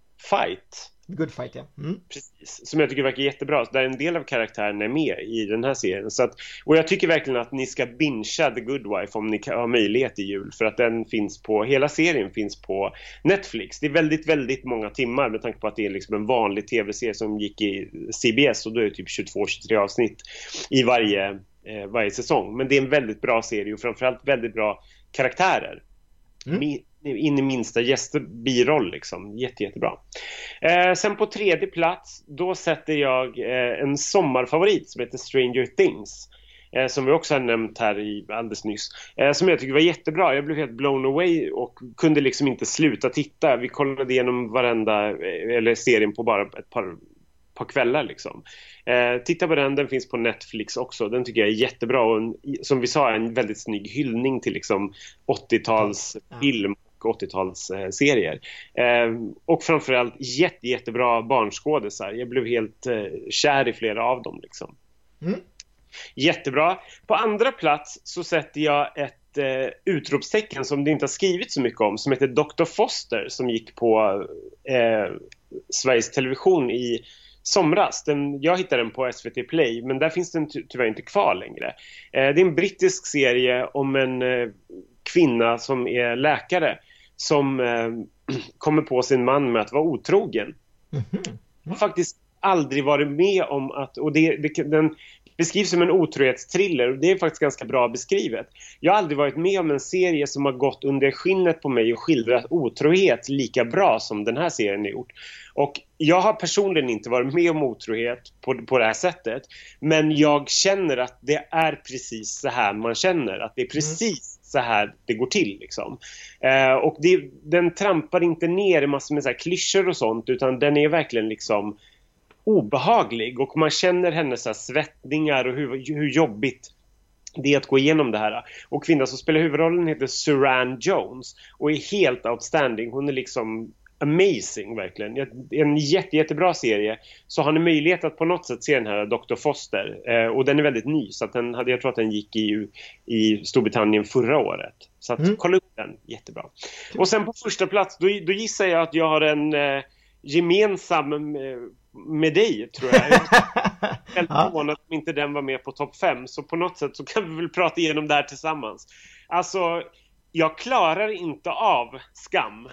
Fight. Good Fight, ja. Mm. Precis, som jag tycker verkar jättebra. Där en del av karaktären är med i den här serien. Så att, och jag tycker verkligen att ni ska bingea The Good Wife om ni har möjlighet i jul. För att den finns på, hela serien finns på Netflix. Det är väldigt, väldigt många timmar med tanke på att det är liksom en vanlig tv-serie som gick i C B S. Och då är det typ tjugotvå till tjugotre avsnitt i varje, eh, varje säsong. Men det är en väldigt bra serie och framförallt väldigt bra karaktärer. Mm. In i minsta gästbiroll liksom. Jätte, jättebra. Eh, sen på tredje plats då sätter jag eh, en sommarfavorit som heter Stranger Things. Eh, som vi också har nämnt här i alldeles nyss. Eh, som jag tycker var jättebra. Jag blev helt blown away och kunde liksom inte sluta titta. Vi kollade igenom varenda eh, eller serien på bara ett par par kvällar liksom. Eh, titta på den, den finns på Netflix också. Den tycker jag är jättebra och en, som vi sa, en väldigt snygg hyllning till liksom åttio-tals film och åttio-tals eh, serier. Eh, och framförallt jätte, jättebra barnskådisar. Jag blev helt eh, kär i flera av dem liksom. Mm. Jättebra. På andra plats så sätter jag ett eh, utropstecken som det inte har skrivit så mycket om, som heter doktor Foster, som gick på eh, Sveriges Television i somras. Den, jag hittade den på S V T Play, men där finns den ty- tyvärr inte kvar längre. Eh, det är en brittisk serie om en eh, kvinna som är läkare som eh, kommer på sin man med att vara otrogen. Mm-hmm. Jag har faktiskt aldrig varit med om att, och det, det, den beskrivs som en otrohetstriller och det är faktiskt ganska bra beskrivet. Jag har aldrig varit med om en serie som har gått under skinnet på mig och skildrat otrohet lika bra som den här serien har gjort. Och jag har personligen inte varit med om otrohet på, på det här sättet, men jag känner att det är precis så här man känner, att det är precis så här det går till liksom. Eh, och det, den trampar inte ner i massor med så här klyschor och sånt, utan den är verkligen liksom obehaglig och man känner hennes så här svettningar och hur, hur jobbigt det är att gå igenom det här. Och kvinnan som spelar huvudrollen heter Suran Jones och är helt outstanding. Hon är liksom amazing verkligen. En jätte, jättebra serie. Så har ni möjlighet att på något sätt se den här doktor Foster. Eh, och den är väldigt ny. Så att den hade, jag tror att den gick i, i Storbritannien förra året. Så att, mm. kolla upp den. Jättebra. Och sen på första plats, då, då gissar jag att jag har en eh, gemensam eh, med dig, tror jag. Jag är helt förvånad att inte den var med på topp fem. Så på något sätt så kan vi väl prata igenom det här tillsammans. Alltså, jag klarar inte av skam.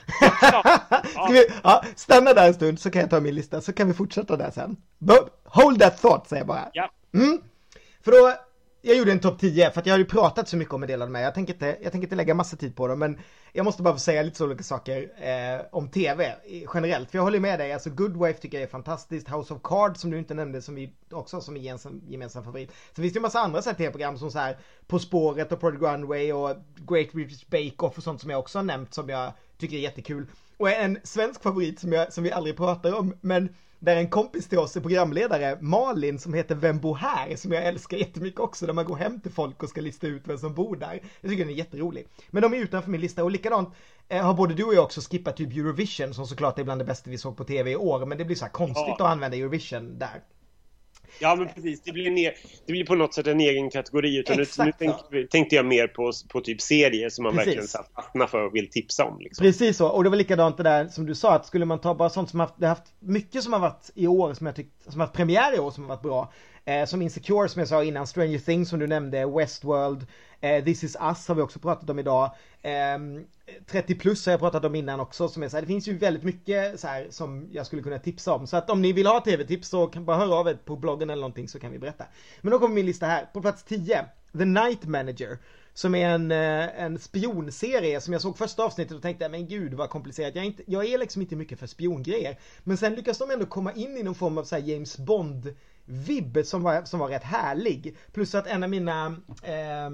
Ska vi, ja, stanna där en stund så kan jag ta min lista. Så kan vi fortsätta där sen. Hold that thought, säger jag bara. Ja. Mm. För då, jag gjorde en topp tio för att jag har ju pratat så mycket om en del av de här. Jag tänker inte, jag tänker inte lägga massa tid på dem, men jag måste bara få säga lite så olika saker eh, om tv generellt. För jag håller med dig, alltså Good Wife tycker jag är fantastiskt. House of Cards som du inte nämnde, som vi också som gemensam, gemensam favorit. Så finns det ju en massa andra tv-program som så här På spåret och Prodigal Runway och Great British Bake Off och sånt som jag också har nämnt som jag tycker är jättekul. Och en svensk favorit som, jag, som vi aldrig pratar om, men där en kompis till oss är programledare, Malin, som heter Vem bor här? Som jag älskar jättemycket också, där man går hem till folk och ska lista ut vem som bor där. Jag tycker den är jätterolig. Men de är utanför min lista, och likadant eh, har både du och jag också skippat typ Eurovision, som såklart är bland det bästa vi såg på tv i år, men det blir så här konstigt ja. att använda Eurovision där. Ja, men precis. Det blir, en, e- det blir på något sätt en egen kategori. Utan nu, nu tänk, tänkte jag mer på, på typ serier som man precis. verkligen fastnar för och vill tipsa om. Liksom. Precis så. Och det var likadant det där som du sa. Att skulle man ta bara sånt som har haft, det har haft mycket som har varit i år, som jag tyckt, som har haft premiär i år som har varit bra. Eh, som Insecure som jag sa innan, Stranger Things som du nämnde, Westworld, eh, This Is Us har vi också pratat om idag. Eh, trettio plus har jag pratat om innan också. Som är så här, det finns ju väldigt mycket så här, som jag skulle kunna tipsa om. Så att om ni vill ha tv-tips så kan bara höra av er på bloggen eller någonting så kan vi berätta. Men då kommer min lista här. På plats tio, The Night Manager. Som är en, en spionserie som jag såg första avsnittet och tänkte, men gud vad komplicerat. Jag är, inte, jag är liksom inte mycket för spiongrejer. Men sen lyckas de ändå komma in i någon form av så här James Bond-vibb som var, som var rätt härlig. Plus att en av mina eh,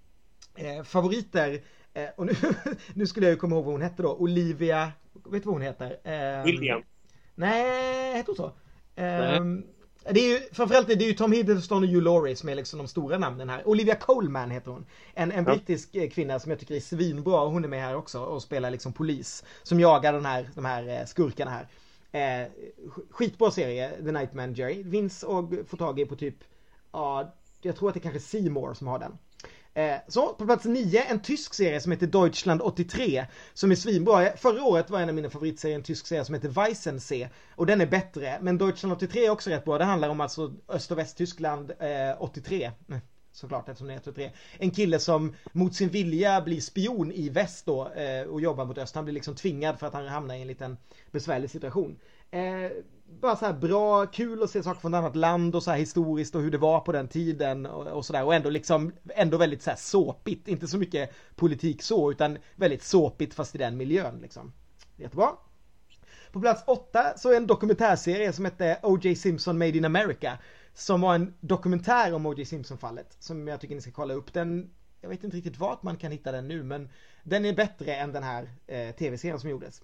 eh, favoriter, eh, och nu, nu skulle jag ju komma ihåg vad hon hette då, Olivia, vet du vad hon heter? Eh, William. Nej, heter hon så? Eh, Det är ju, framförallt det är ju Tom Hiddleston och Hugh Laurie som är liksom de stora namnen här. Olivia Colman heter hon. En, en brittisk ja. kvinna som jag tycker är svinbra. Hon är med här också och spelar liksom polis. Som jagar den här, de här skurkarna här. Eh, skitbra serie, The Night Manager. Vinns och får tag i på typ, ja, jag tror att det är kanske C More som har den. Eh, så på plats nio, en tysk serie som heter Deutschland åttiotre som är svinbra. Förra året var en av mina favoritserier en tysk serie som heter Weissensee och den är bättre, men Deutschland åttiotre är också rätt bra. Det handlar om alltså Öst- och Västtyskland eh, åttiotre, såklart eftersom det är åttiotre. En kille som mot sin vilja blir spion i väst då eh, och jobbar mot öst. Han blir liksom tvingad för att han hamnar i en liten besvärlig situation. Eh, bara så här bra, kul att se saker från ett annat land och så här historiskt och hur det var på den tiden och, och sådär. Och ändå liksom, ändå väldigt så här såpigt. Inte så mycket politik så, utan väldigt såpigt fast i den miljön liksom. Jättebra. På plats åtta så är en dokumentärserie som heter O J Simpson Made in America. Som var en dokumentär om O J Simpson-fallet. Som jag tycker ni ska kolla upp. Den, jag vet inte riktigt vart man kan hitta den nu, men den är bättre än den här eh, tv-serien som gjordes.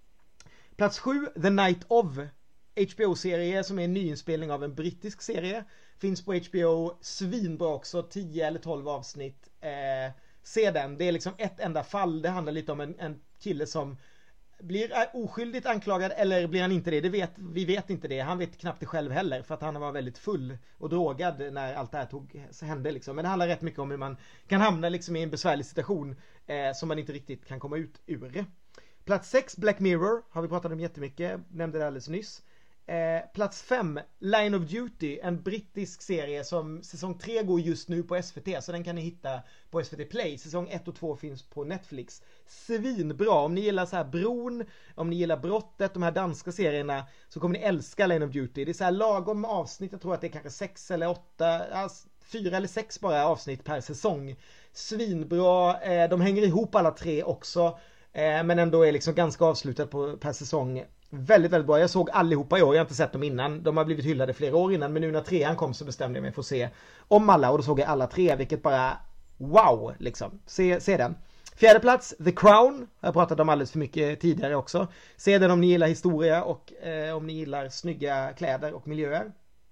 Plats sju, The Night of, H B O-serie som är en nyinspelning av en brittisk serie. Finns på H B O, svinbra också, tio eller tolv avsnitt. Eh, se den, det är liksom ett enda fall. Det handlar lite om en, en kille som blir oskyldigt anklagad, eller blir han inte det? Det vet, vi vet inte det. Han vet knappt det själv heller, för att han var väldigt full och drogad när allt det här tog, hände liksom. Men det handlar rätt mycket om hur man kan hamna liksom i en besvärlig situation eh, som man inte riktigt kan komma ut ur. Plats sex, Black Mirror, har vi pratat om jättemycket, nämnde det alldeles nyss. Eh, plats fem, Line of Duty, en brittisk serie som säsong tre går just nu på S V T, så den kan ni hitta på S V T Play. Säsong ett och två finns på Netflix. Svinbra, om ni gillar så här Bron, om ni gillar Brottet, de här danska serierna, så kommer ni älska Line of Duty. Det är så här lagom avsnitt, jag tror att det är kanske sex eller åtta, alltså fyra eller sex bara avsnitt per säsong. Svinbra, eh, de hänger ihop alla tre också. Men ändå är liksom ganska avslutat på per säsong. Väldigt, väldigt bra. Jag såg allihopa i år. Jag har inte sett dem innan. De har blivit hyllade flera år innan. Men nu när trean kom så bestämde jag mig för att se om alla. Och då såg jag alla tre. Vilket bara wow liksom. Se, se den. Fjärde plats, The Crown. Jag har pratat om alldeles för mycket tidigare också. Se den om ni gillar historia och eh, om ni gillar snygga kläder och miljöer.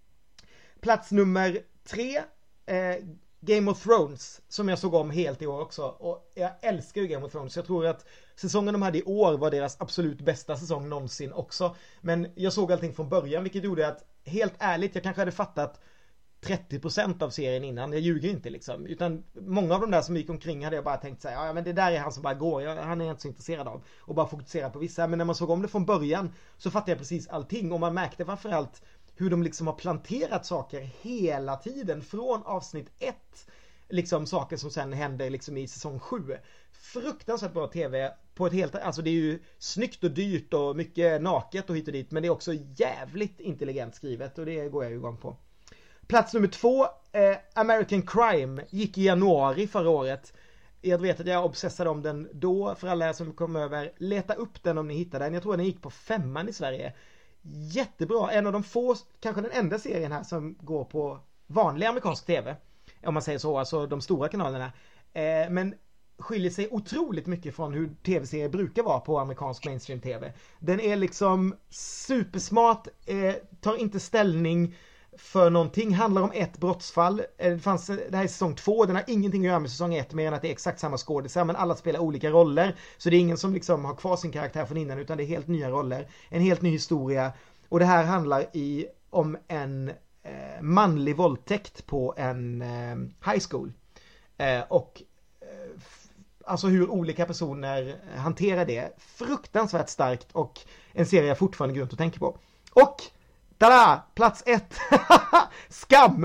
Plats nummer tre. Eh, Game of Thrones, som jag såg om helt i år också. Och jag älskar ju Game of Thrones. Jag tror att säsongen de hade i år var deras absolut bästa säsong någonsin också. Men jag såg allting från början, vilket gjorde att, helt ärligt, jag kanske hade fattat trettio procent av serien innan. Jag ljuger inte liksom. Utan många av de där som gick omkring hade jag bara tänkt säga, ja men det där är han som bara går. Jag, han är jag inte så intresserad av. Och bara fokusera på vissa. Men när man såg om det från början så fattade jag precis allting. Och man märkte framförallt hur de liksom har planterat saker hela tiden. Från avsnitt ett. Liksom saker som sen händer liksom i säsong sju. Fruktansvärt bra tv. På ett helt, alltså det är ju snyggt och dyrt och mycket naket och hit och dit. Men det är också jävligt intelligent skrivet. Och det går jag ju igång på. Plats nummer två, eh, American Crime, gick i januari förra året. Jag vet att jag obsessade om den då. För alla som kom över, leta upp den om ni hittar den. Jag tror den gick på femman i Sverige. Jättebra, en av de få, kanske den enda serien här som går på vanlig amerikansk tv. Om man säger så, alltså de stora kanalerna. Eh, men skiljer sig otroligt mycket från hur tv-serier brukar vara på amerikansk mainstream tv. Den är liksom supersmart, eh, tar inte ställning för någonting, handlar om ett brottsfall. Det fanns, det här är säsong två, den har ingenting att göra med säsong ett mer än att det är exakt samma skådisar, men alla spelar olika roller. Så det är ingen som liksom har kvar sin karaktär från innan, utan det är helt nya roller. En helt ny historia. Och det här handlar i, om en eh, manlig våldtäkt på en eh, high school. Eh, och eh, f- alltså hur olika personer hanterar det. Fruktansvärt starkt och en serie jag fortfarande går runt och tänker på. Och, tada! Plats ett! Skam!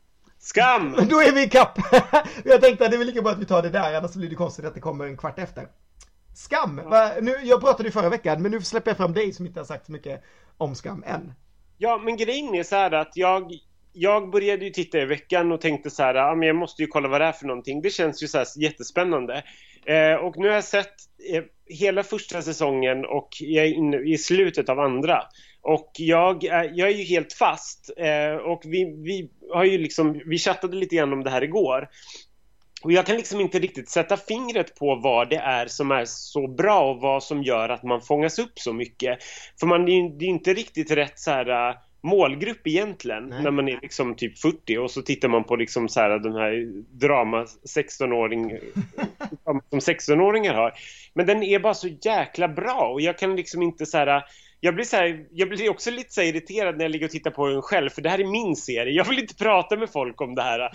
Skam! Då är vi i kapp! Jag tänkte att det är väl lika bra att vi tar det där, annars blir det konstigt att det kommer en kvart efter. Skam! Va? Nu, jag pratade ju förra veckan, men nu släpper jag fram dig som inte har sagt så mycket om Skam än. Ja, men grejen är så här att jag, jag började ju titta i veckan och tänkte så här, ja, men jag måste ju kolla vad det är för någonting. Det känns ju så här jättespännande. Eh, och nu har jag sett eh, hela första säsongen och jag är inne i slutet av andra. Och jag, eh, jag är ju helt fast. Eh, och vi, vi har ju liksom, vi chattade lite grann om det här igår. Och jag kan liksom inte riktigt sätta fingret på vad det är som är så bra och vad som gör att man fångas upp så mycket. För man är ju det är inte riktigt rätt så här målgrupp egentligen. Nej. När man är liksom typ fyrtio och så tittar man på liksom så här den här drama sexton-åring som sexton-åringar har. Men den är bara så jäkla bra och jag kan liksom inte så här. Jag blir, så här, jag blir också lite så irriterad när jag ligger och tittar på den själv. För det här är min serie. Jag vill inte prata med folk om det här.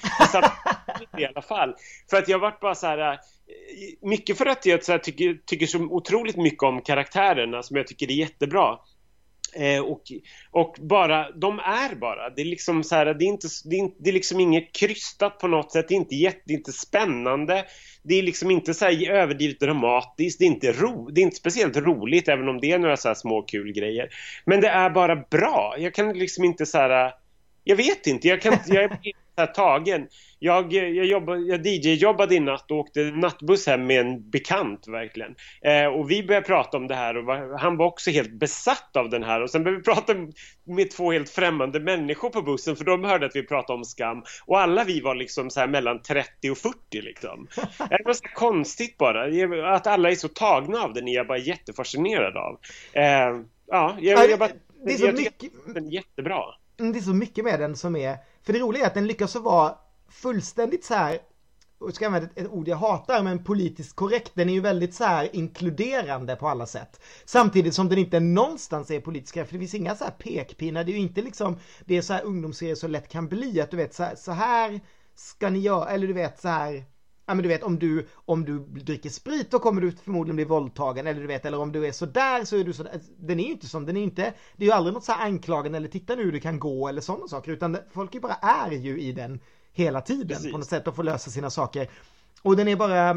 I alla fall. För att jag har varit bara så här. Mycket för att jag så här, tycker, tycker så otroligt mycket om karaktärerna. Som jag tycker är jättebra. Eh, och, och bara, de är bara. Det är liksom så här, det är inte, det är, inte, det är liksom inget krystat på något sätt. Det är inte, jätte, det är inte spännande. Det är liksom inte så här överdrivet dramatiskt. Det är inte ro, det är inte speciellt roligt, även om det är några så här små kul grejer. Men det är bara bra. Jag kan liksom inte så här. Jag vet inte. Jag kan jag är så här tagen. Jag jag jobbade jag D J-jobbade i natt och åkte nattbuss hem med en bekant verkligen. Eh, och vi började prata om det här och var, han var också helt besatt av den här och sen började vi prata med två helt främmande människor på bussen för de hörde att vi pratade om Skam och alla vi var liksom så här mellan trettio och fyrtio liksom. Det var så konstigt bara att alla är så tagna av den är jag bara jättefascinerad av. Eh, ja, jag, jag bara det är så jag mycket den är jättebra. Det är så mycket med den som är för det roliga är att den lyckas att vara fullständigt så här, och jag ska använda ett, ett ord jag hatar men politiskt korrekt, den är ju väldigt så här inkluderande på alla sätt samtidigt som den inte någonstans är politisk för det finns inga så här pekpinnar, det är ju inte liksom det är så här ungdomsserier så lätt kan bli att du vet så här, så här ska ni göra, eller du vet så här ja men du vet om du om du dricker sprit då kommer du förmodligen bli våldtagen eller du vet eller om du är så där så är du så där. Den är ju inte som den är inte det är ju aldrig något så här anklagen eller titta nu hur det kan gå eller sådana saker utan folk är bara är ju i den hela tiden. Precis. På något sätt att få lösa sina saker. Och den är bara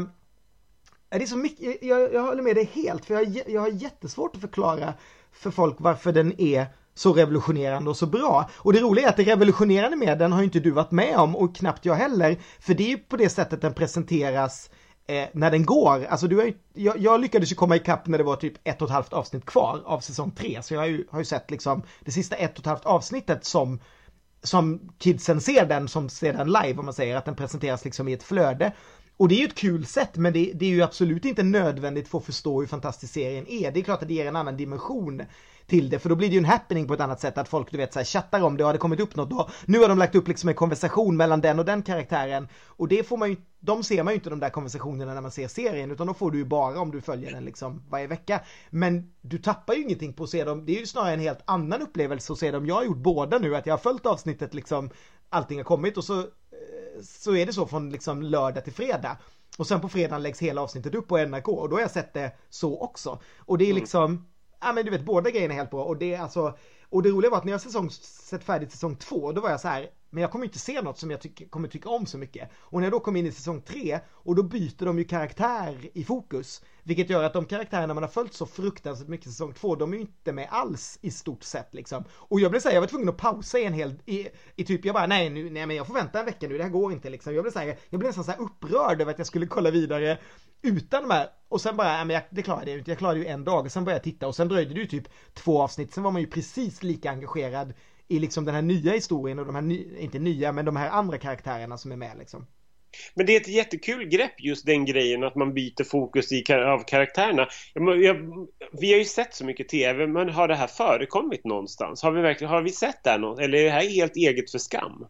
det är så mycket jag, jag håller med dig helt för jag, jag har jättesvårt att förklara för folk varför den är så revolutionerande och så bra. Och det roliga är att det revolutionerande med den har ju inte du varit med om och knappt jag heller. För det är ju på det sättet den presenteras eh, när den går. Alltså du har ju, jag, jag lyckades ju komma ikapp när det var typ ett och ett halvt avsnitt kvar av säsong tre. Så jag har ju, har ju sett liksom det sista ett och ett halvt avsnittet som som kidsen ser den, som ser den live om man säger att den presenteras liksom i ett flöde. Och det är ju ett kul sätt men det, det är ju absolut inte nödvändigt för att förstå hur fantastisk serien är. Det är klart att det ger en annan dimension till det för då blir det ju en happening på ett annat sätt att folk du vet så här, chattar om det och har det kommit upp något då. Nu har de lagt upp liksom en konversation mellan den och den karaktären och det får man ju, de ser man ju inte de där konversationerna när man ser serien utan då får du ju bara om du följer den liksom varje vecka. Men du tappar ju ingenting på att se dem. Det är ju snarare en helt annan upplevelse att se dem. Jag har gjort båda nu att jag har följt avsnittet liksom allting har kommit och så så är det så från liksom lördag till fredag. Och sen på fredagen läggs hela avsnittet upp på N R K och då har jag sett det så också. Och det är liksom ja men du vet båda grejerna är helt bra och det är alltså och det roliga var att när jag säsong, sett färdigt säsong två då var jag så här men jag kommer inte se något som jag tycker, kommer tycka om så mycket. Och när jag då kom in i säsong tre och då byter de ju karaktär i fokus. Vilket gör att de karaktärerna man har följt så fruktansvärt mycket i säsong två de är ju inte med alls i stort sett liksom. Och jag blev säga jag var tvungen att pausa en hel i, i typ jag bara nej nu nej men jag får vänta en vecka nu det här går inte liksom. Jag blev säga jag blev nästan så här upprörd över att jag skulle kolla vidare utan de här och sen bara ja, men jag, det klarade jag inte. Jag klarade ju en dag och sen började jag titta och sen dröjde det ju typ två avsnitt. Sen var man ju precis lika engagerad i liksom den här nya historien och de här ny, inte nya men de här andra karaktärerna som är med liksom. Men det är ett jättekul grepp just den grejen att man byter fokus i, av karaktärerna. Jag, jag, vi har ju sett så mycket tv men har det här förekommit någonstans? Har vi verkligen har vi sett det någon eller är det här helt eget för Skam?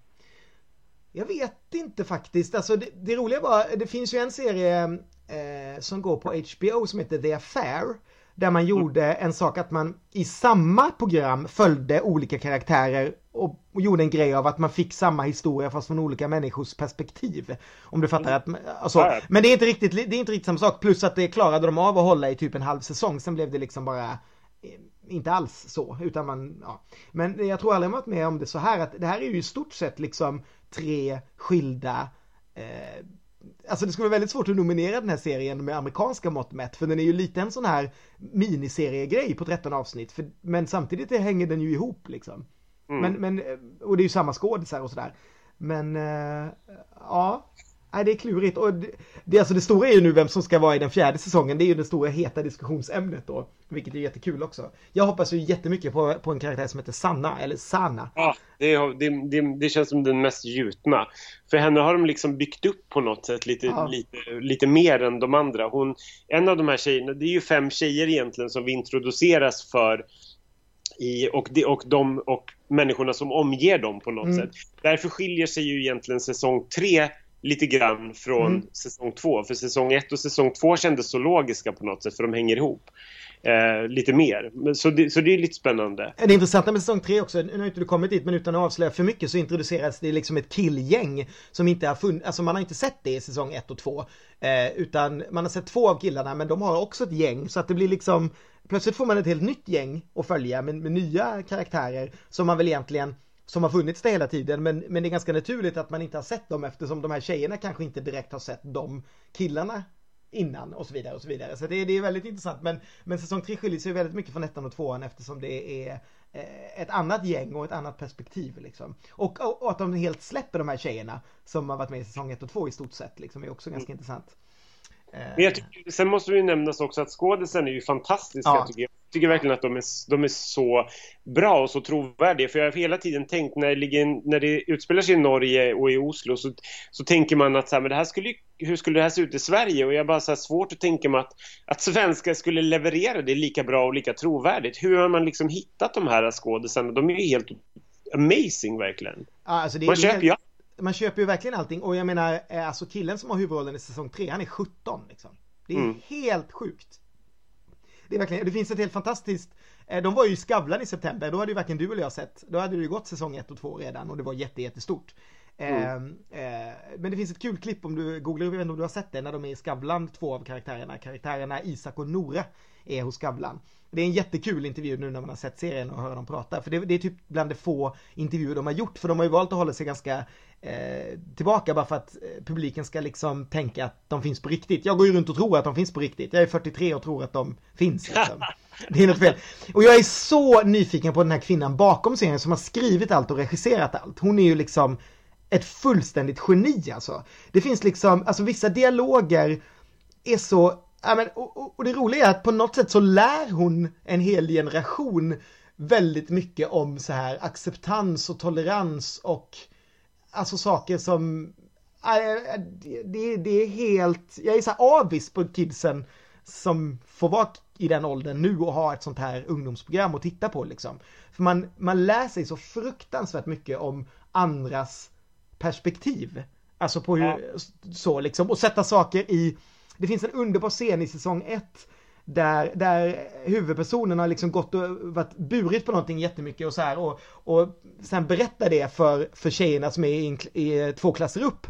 Jag vet inte faktiskt. Alltså det, det roliga var det finns ju en serie eh, som går på H B O som heter The Affair där man gjorde en sak att man i samma program följde olika karaktärer och, och gjorde en grej av att man fick samma historia fast från olika människors perspektiv. Om du fattar att alltså, men det är inte riktigt det är inte riktigt samma sak, plus att det klarade de av att hålla i typ en halv säsong, sen blev det liksom bara inte alls så, utan man ja. Men jag tror aldrig man varit med om det så här, att det här är ju i stort sett liksom tre skilda eh, alltså det skulle vara väldigt svårt att nominera den här serien med amerikanska mått mätt, för den är ju lite en sån här miniseriegrej på tretton avsnitt, för, men samtidigt hänger den ju ihop liksom. Mm. Men, men, och det är ju samma skådisar och sådär. Men äh, ja, nej, det är klurigt. Och det, det, alltså det stora är ju nu vem som ska vara i den fjärde säsongen. Det är ju det stora heta diskussionsämnet då, vilket är jättekul också. Jag hoppas ju jättemycket på, på en karaktär som heter Sanna, eller Sanna. Ja, det, det, det, det känns som den mest gjutna. För henne har de liksom byggt upp på något sätt lite, ja. lite, lite mer än de andra. Hon, en av de här tjejerna, det är ju fem tjejer egentligen som vi introduceras för i, och, de, och, de, och människorna som omger dem på något mm. sätt. Därför skiljer sig ju egentligen säsong tre lite grann från mm. säsong två. För säsong ett och säsong två kändes så logiska på något sätt, för de hänger ihop eh, lite mer. Så det, så det är lite spännande. Det är intressant med säsong tre också. Nu har inte du kommit dit, men utan att avslöja för mycket så introduceras det liksom ett killgäng som inte har funnits. Alltså man har inte sett det i säsong ett och två. Eh, utan man har sett två av killarna, men de har också ett gäng. Så att det blir liksom, plötsligt får man ett helt nytt gäng att följa med, med nya karaktärer som man väl egentligen, som har funnits där hela tiden, men, men det är ganska naturligt att man inte har sett dem, eftersom de här tjejerna kanske inte direkt har sett de killarna innan och så vidare och så vidare. Så det, det är väldigt intressant, men, men säsong tre skiljer sig väldigt mycket från ettan och tvåan, eftersom det är eh, ett annat gäng och ett annat perspektiv liksom. Och, och, och att de helt släpper de här tjejerna som har varit med i säsong ett och två i stort sett liksom, är också ganska mm. intressant. Men jag tycker, sen måste vi nämnas också att skådisen är ju fantastiska. Ja. tycker jag. Jag tycker verkligen att de är, de är så bra och så trovärdiga. För jag har hela tiden tänkt, när det, ligger, när det utspelar sig i Norge och i Oslo, så, så tänker man att så här, men det här skulle, hur skulle det här se ut i Sverige? Och jag bara så här, svårt att tänka mig att, att svenskar skulle leverera det lika bra och lika trovärdigt. Hur har man liksom hittat de här skådisarna? De är ju helt amazing verkligen. Ja, alltså det är man köper ju Man köper ju verkligen allting. Och jag menar, alltså killen som har huvudrollen i säsong tre, han är sjutton liksom. Det är mm. helt sjukt. Det är verkligen, det finns ett helt fantastiskt. De var ju i Skavlan i september. Då hade ju varken du eller jag sett. Då hade det ju gått säsong ett och två redan. Och det var jätte, jättestort. Mm. Eh, eh, men det finns ett kul klipp om du googlar, jag vet inte om du har sett det, när de är i Skavlan, två av karaktärerna. Karaktärerna Isak och Nora är hos Skavlan. Det är en jättekul intervju nu när man har sett serien och hör dem prata. För det, det är typ bland de få intervjuer de har gjort. För de har ju valt att hålla sig ganska eh, tillbaka, bara för att eh, publiken ska liksom tänka att de finns på riktigt. Jag går ju runt och tror att de finns på riktigt. Jag är fyrtiotre och tror att de finns liksom. Det är något fel. Och jag är så nyfiken på den här kvinnan bakom serien som har skrivit allt och regisserat allt. Hon är ju liksom ett fullständigt geni alltså. Det finns liksom, alltså vissa dialoger är så, ja, men, och, och, och det roliga är att på något sätt så lär hon en hel generation väldigt mycket om så här acceptans och tolerans och alltså saker som äh, det, det är helt, jag är så här avis på kidsen som får vara i den åldern nu och ha ett sånt här ungdomsprogram att titta på liksom. För man, man lär sig så fruktansvärt mycket om andras perspektiv. Alltså på hur, ja. så liksom, och sätta saker i. Det finns en underbar scen i säsong ett där, där huvudpersonen har liksom gått och varit burit på någonting jättemycket och så här, och, och sen berättar det för, för tjejerna som är i, i två klasser upp.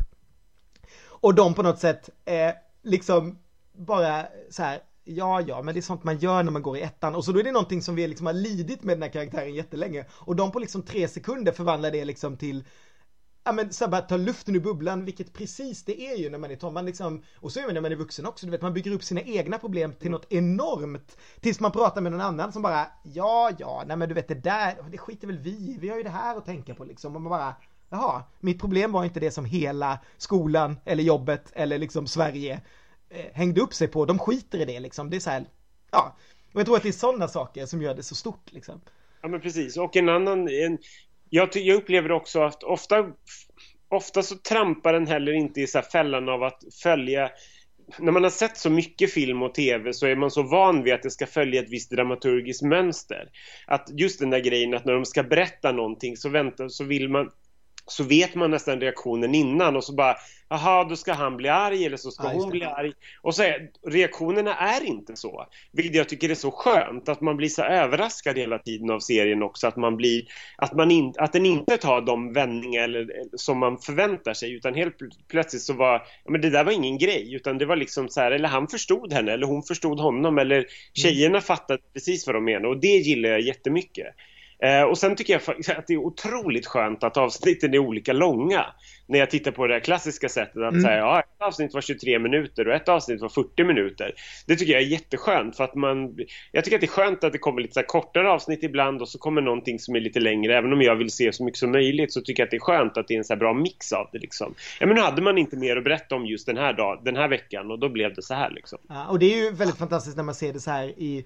Och de på något sätt eh, liksom bara så här, ja, ja, men det är sånt man gör när man går i ettan. Och så då är det någonting som vi liksom har lidit med den här karaktären jättelänge. Och de på liksom tre sekunder förvandlar det liksom till, ja, men så bara ta luften ur bubblan, vilket precis det är ju när man är tom. Man liksom, och så är man när man är vuxen också, du vet, man bygger upp sina egna problem till något enormt. Tills man pratar med någon annan som bara, ja, ja, nej men du vet det där, det skiter väl vi, vi har ju det här att tänka på liksom. Och man bara, jaha, mitt problem var inte det som hela skolan eller jobbet eller liksom Sverige hängde upp sig på, de skiter i det liksom. Det är så här, ja. Och jag tror att det är sådana saker som gör det så stort liksom. Ja, men precis. Och en annan en, jag, jag upplever också att ofta ofta så trampar den heller inte i så här fällan av att följa. När man har sett så mycket film och tv så är man så van vid att det ska följa ett visst dramaturgiskt mönster. Att just den där grejen att när de ska berätta någonting så väntar så vill man så vet man nästan reaktionen innan och så bara, aha, då ska han bli arg eller så ska Ja, just hon det. bli arg. Och så är, reaktionerna är inte så. Vilket jag tycker är så skönt, att man blir så överraskad hela tiden av serien också, att man blir, att man in, att den inte tar de vändningar eller, som man förväntar sig, utan helt plötsligt så var, ja, men det där var ingen grej, utan det var liksom så här, eller han förstod henne eller hon förstod honom, eller tjejerna fattade precis vad de menar, och det gillar jag jättemycket. Eh, och sen tycker jag faktiskt att det är otroligt skönt att avsnitten är olika långa. När jag tittar på det här klassiska sättet att Mm. säga, ja, ett avsnitt var tjugotre minuter och ett avsnitt var fyrtio minuter. Det tycker jag är jätteskönt, för att man, jag tycker att det är skönt att det kommer lite så här kortare avsnitt ibland och så kommer någonting som är lite längre. Även om jag vill se så mycket som möjligt, så tycker jag att det är skönt att det är en så här bra mix av det liksom. Ja, men nu hade man inte mer att berätta om just den här dag, den här veckan, och då blev det så här liksom. Ja, och det är ju väldigt fantastiskt när man ser det så här i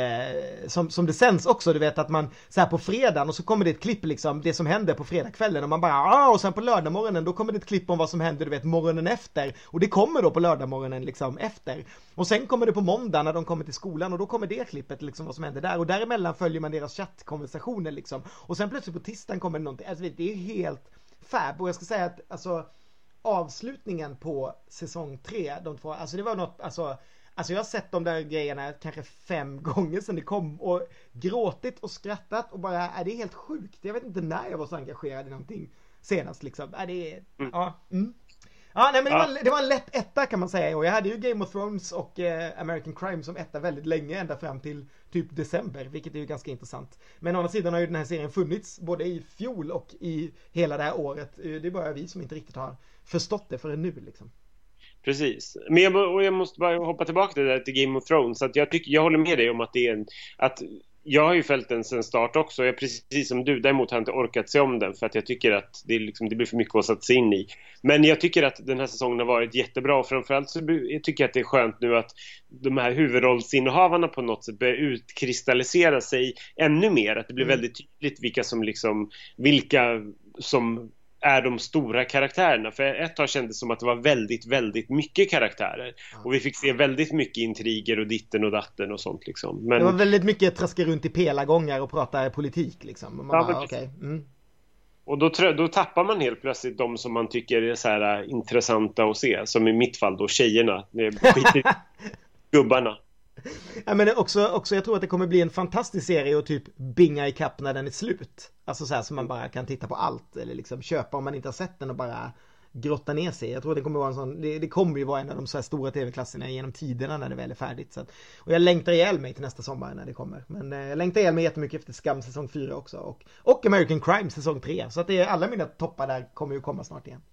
eh, som, som det sänds också, du vet att man så här på fredagen och så kommer det ett klipp liksom, det som händer på fredagskvällen, och man bara, ah, och sen på lördagmorgonen då kommer det ett klipp om vad som händer, du vet, morgonen efter, och det kommer då på lördagmorgonen liksom efter, och sen kommer det på måndag när de kommer till skolan, och då kommer det klippet liksom vad som händer där, och däremellan följer man deras chattkonversationer liksom, och sen plötsligt på tisdagen kommer det någonting, alltså det är helt fab. Och jag ska säga att alltså avslutningen på säsong tre, de två, alltså det var något, alltså Alltså jag har sett de där grejerna kanske fem gånger sedan det kom, och gråtit och skrattat och bara, är det är helt sjukt. Jag vet inte när jag var så engagerad i någonting senast liksom. Är det, Mm. ja. Mm. Ja, nej, men det, Ja. var, det var en lätt etta kan man säga, och jag hade ju Game of Thrones och eh, American Crime som etta väldigt länge, ända fram till typ december, vilket är ju ganska intressant. Men å andra sidan har ju den här serien funnits både i fjol och i hela det här året. Det är bara vi som inte riktigt har förstått det förrän nu liksom. Precis. Men jag, och jag måste bara hoppa tillbaka till det där till Game of Thrones. Att jag, tycker, jag håller med dig om att det är en... Att jag har ju följt den sen start också. Jag, precis som du. Däremot har jag inte orkat se om den. För att jag tycker att det, är liksom, det blir för mycket att sätta sig in i. Men jag tycker att den här säsongen har varit jättebra. Och framförallt så jag tycker jag att det är skönt nu att de här huvudrollsinnehavarna på något sätt börjar utkristallisera sig ännu mer. Att det blir Mm. väldigt tydligt vilka som liksom... Vilka som... är de stora karaktärerna. För ett tag kändes det som att det var väldigt, väldigt mycket karaktärer. Ja. Och vi fick se väldigt mycket intriger och ditten och datten och sånt liksom. Men, Det var väldigt mycket traska runt i pelargångar och prata politik liksom. Och man Ja, bara, men okej. Mm. och då, trö- då tappar man helt plötsligt de som man tycker är så här äh, intressanta att se. Som i mitt fall då, tjejerna. Det är skit i gubbarna. Ja, men också, också jag tror att det kommer bli en fantastisk serie och typ binga i kapp när den är slut. Alltså så här som man bara kan titta på allt eller liksom köpa om man inte har sett den och bara grotta ner sig. Jag tror att det kommer vara en sån, det, det kommer ju vara en av de så här stora tv-klasserna genom tiderna när det väl är färdigt. Så att, och jag längtar ihjäl mig till nästa sommar när det kommer. Men eh, jag längtar ihjäl mig jättemycket efter Skam säsong fyra också. Och, och American Crime säsong tre. Så att det är, alla mina toppar där kommer ju komma snart igen.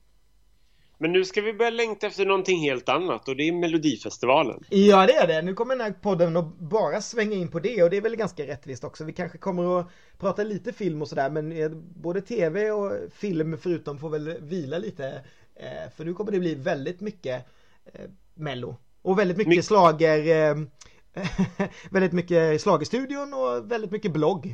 Men nu ska vi börja längta efter någonting helt annat. Och det är Melodifestivalen. Ja, det är det. Nu kommer den här podden att bara svänga in på det, och det är väl ganska rättvist också. Vi kanske kommer att prata lite film och sådär, men eh, både tv och film förutom får väl vila lite. Eh, för nu kommer det bli väldigt mycket eh, mello. Och väldigt mycket My- slager eh, väldigt mycket slagerstudion och väldigt mycket blogg.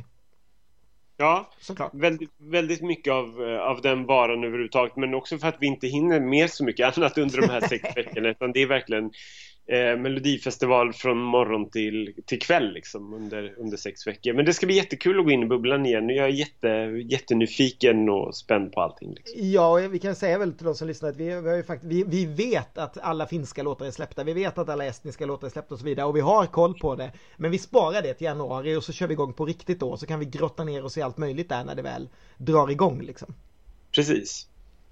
Ja, Såklart. väldigt, väldigt mycket av, eh, av den varan överhuvudtaget. Men också för att vi inte hinner med så mycket annat under de här sex veckorna. Utan det är verkligen eh, Melodifestival från morgon till, till kväll liksom, under, under sex veckor. Men det ska bli jättekul att gå in i bubblan igen. Jag är jätte, jättenyfiken och spänd på allting liksom. Ja, och vi kan säga väl till de som lyssnar att vi, vi, har ju faktiskt, vi, vi vet att alla finska låtar är släppta. Vi vet att alla estniska låtar är släppta och så vidare. Och vi har koll på det. Men vi sparar det till januari och så kör vi igång på riktigt då. Så kan vi grotta ner oss i allt möjligt där när det väl drar igång liksom. Precis.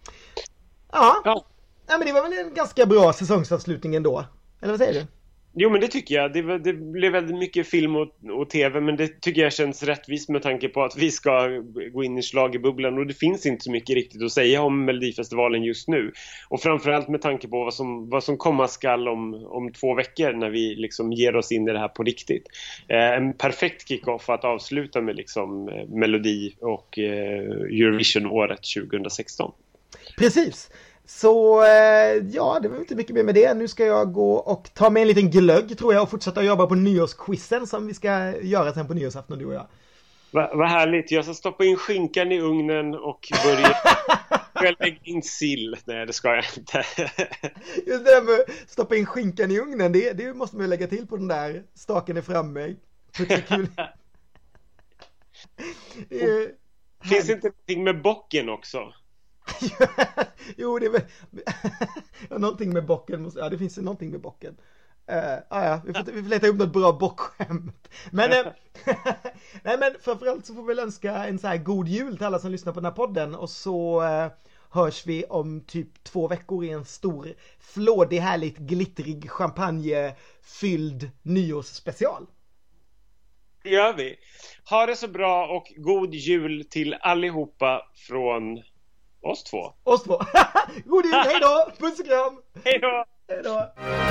Ja, Ja. ja men det var väl en ganska bra säsongsavslutning ändå. Eller vad säger du? Jo, men det tycker jag. Det, var- det blev väldigt mycket film och, och tv, men det tycker jag känns rättvist med tanke på att vi ska gå in i schlagerbubblan, och det finns inte så mycket riktigt att säga om Melodifestivalen just nu. Och framförallt med tanke på vad som, vad som komma skall om, om två veckor när vi liksom ger oss in i det här på riktigt. Eh, en perfekt kick-off att avsluta med liksom eh, Melodi och eh, Eurovision-året tjugohundrasexton. Precis. Så eh, ja, det var inte mycket mer med det. Nu ska jag gå och ta med en liten glögg tror jag och fortsätta jobba på nyårsquizen som vi ska göra sen på nyårsafton, du och jag. Va, vad härligt. Jag ska stoppa in skinkan i ugnen och börja jag lägga in sill. Nej, det ska jag inte. Just det där med att stoppa in skinkan i ugnen, det, det måste man lägga till på den där staken är framme. Putsa kul. Eh, Finns det inte någonting med bocken också? Jo, det är väl... ja, någonting med bocken. Måste... Ja, det finns ju någonting med bocken. Uh, ah, ja, vi får, vi får leta upp något bra bockskämt. Men, uh, nej, men framförallt så får vi väl önska en så här god jul till alla som lyssnar på den här podden. Och så uh, hörs vi om typ två veckor i en stor, flådig, härligt, glittrig, champagnefylld nyårsspecial. Det gör vi. Ha det så bra och god jul till allihopa från oss två. Oss två. God jul, hej då! Puss och kram! Hej då! Hej då!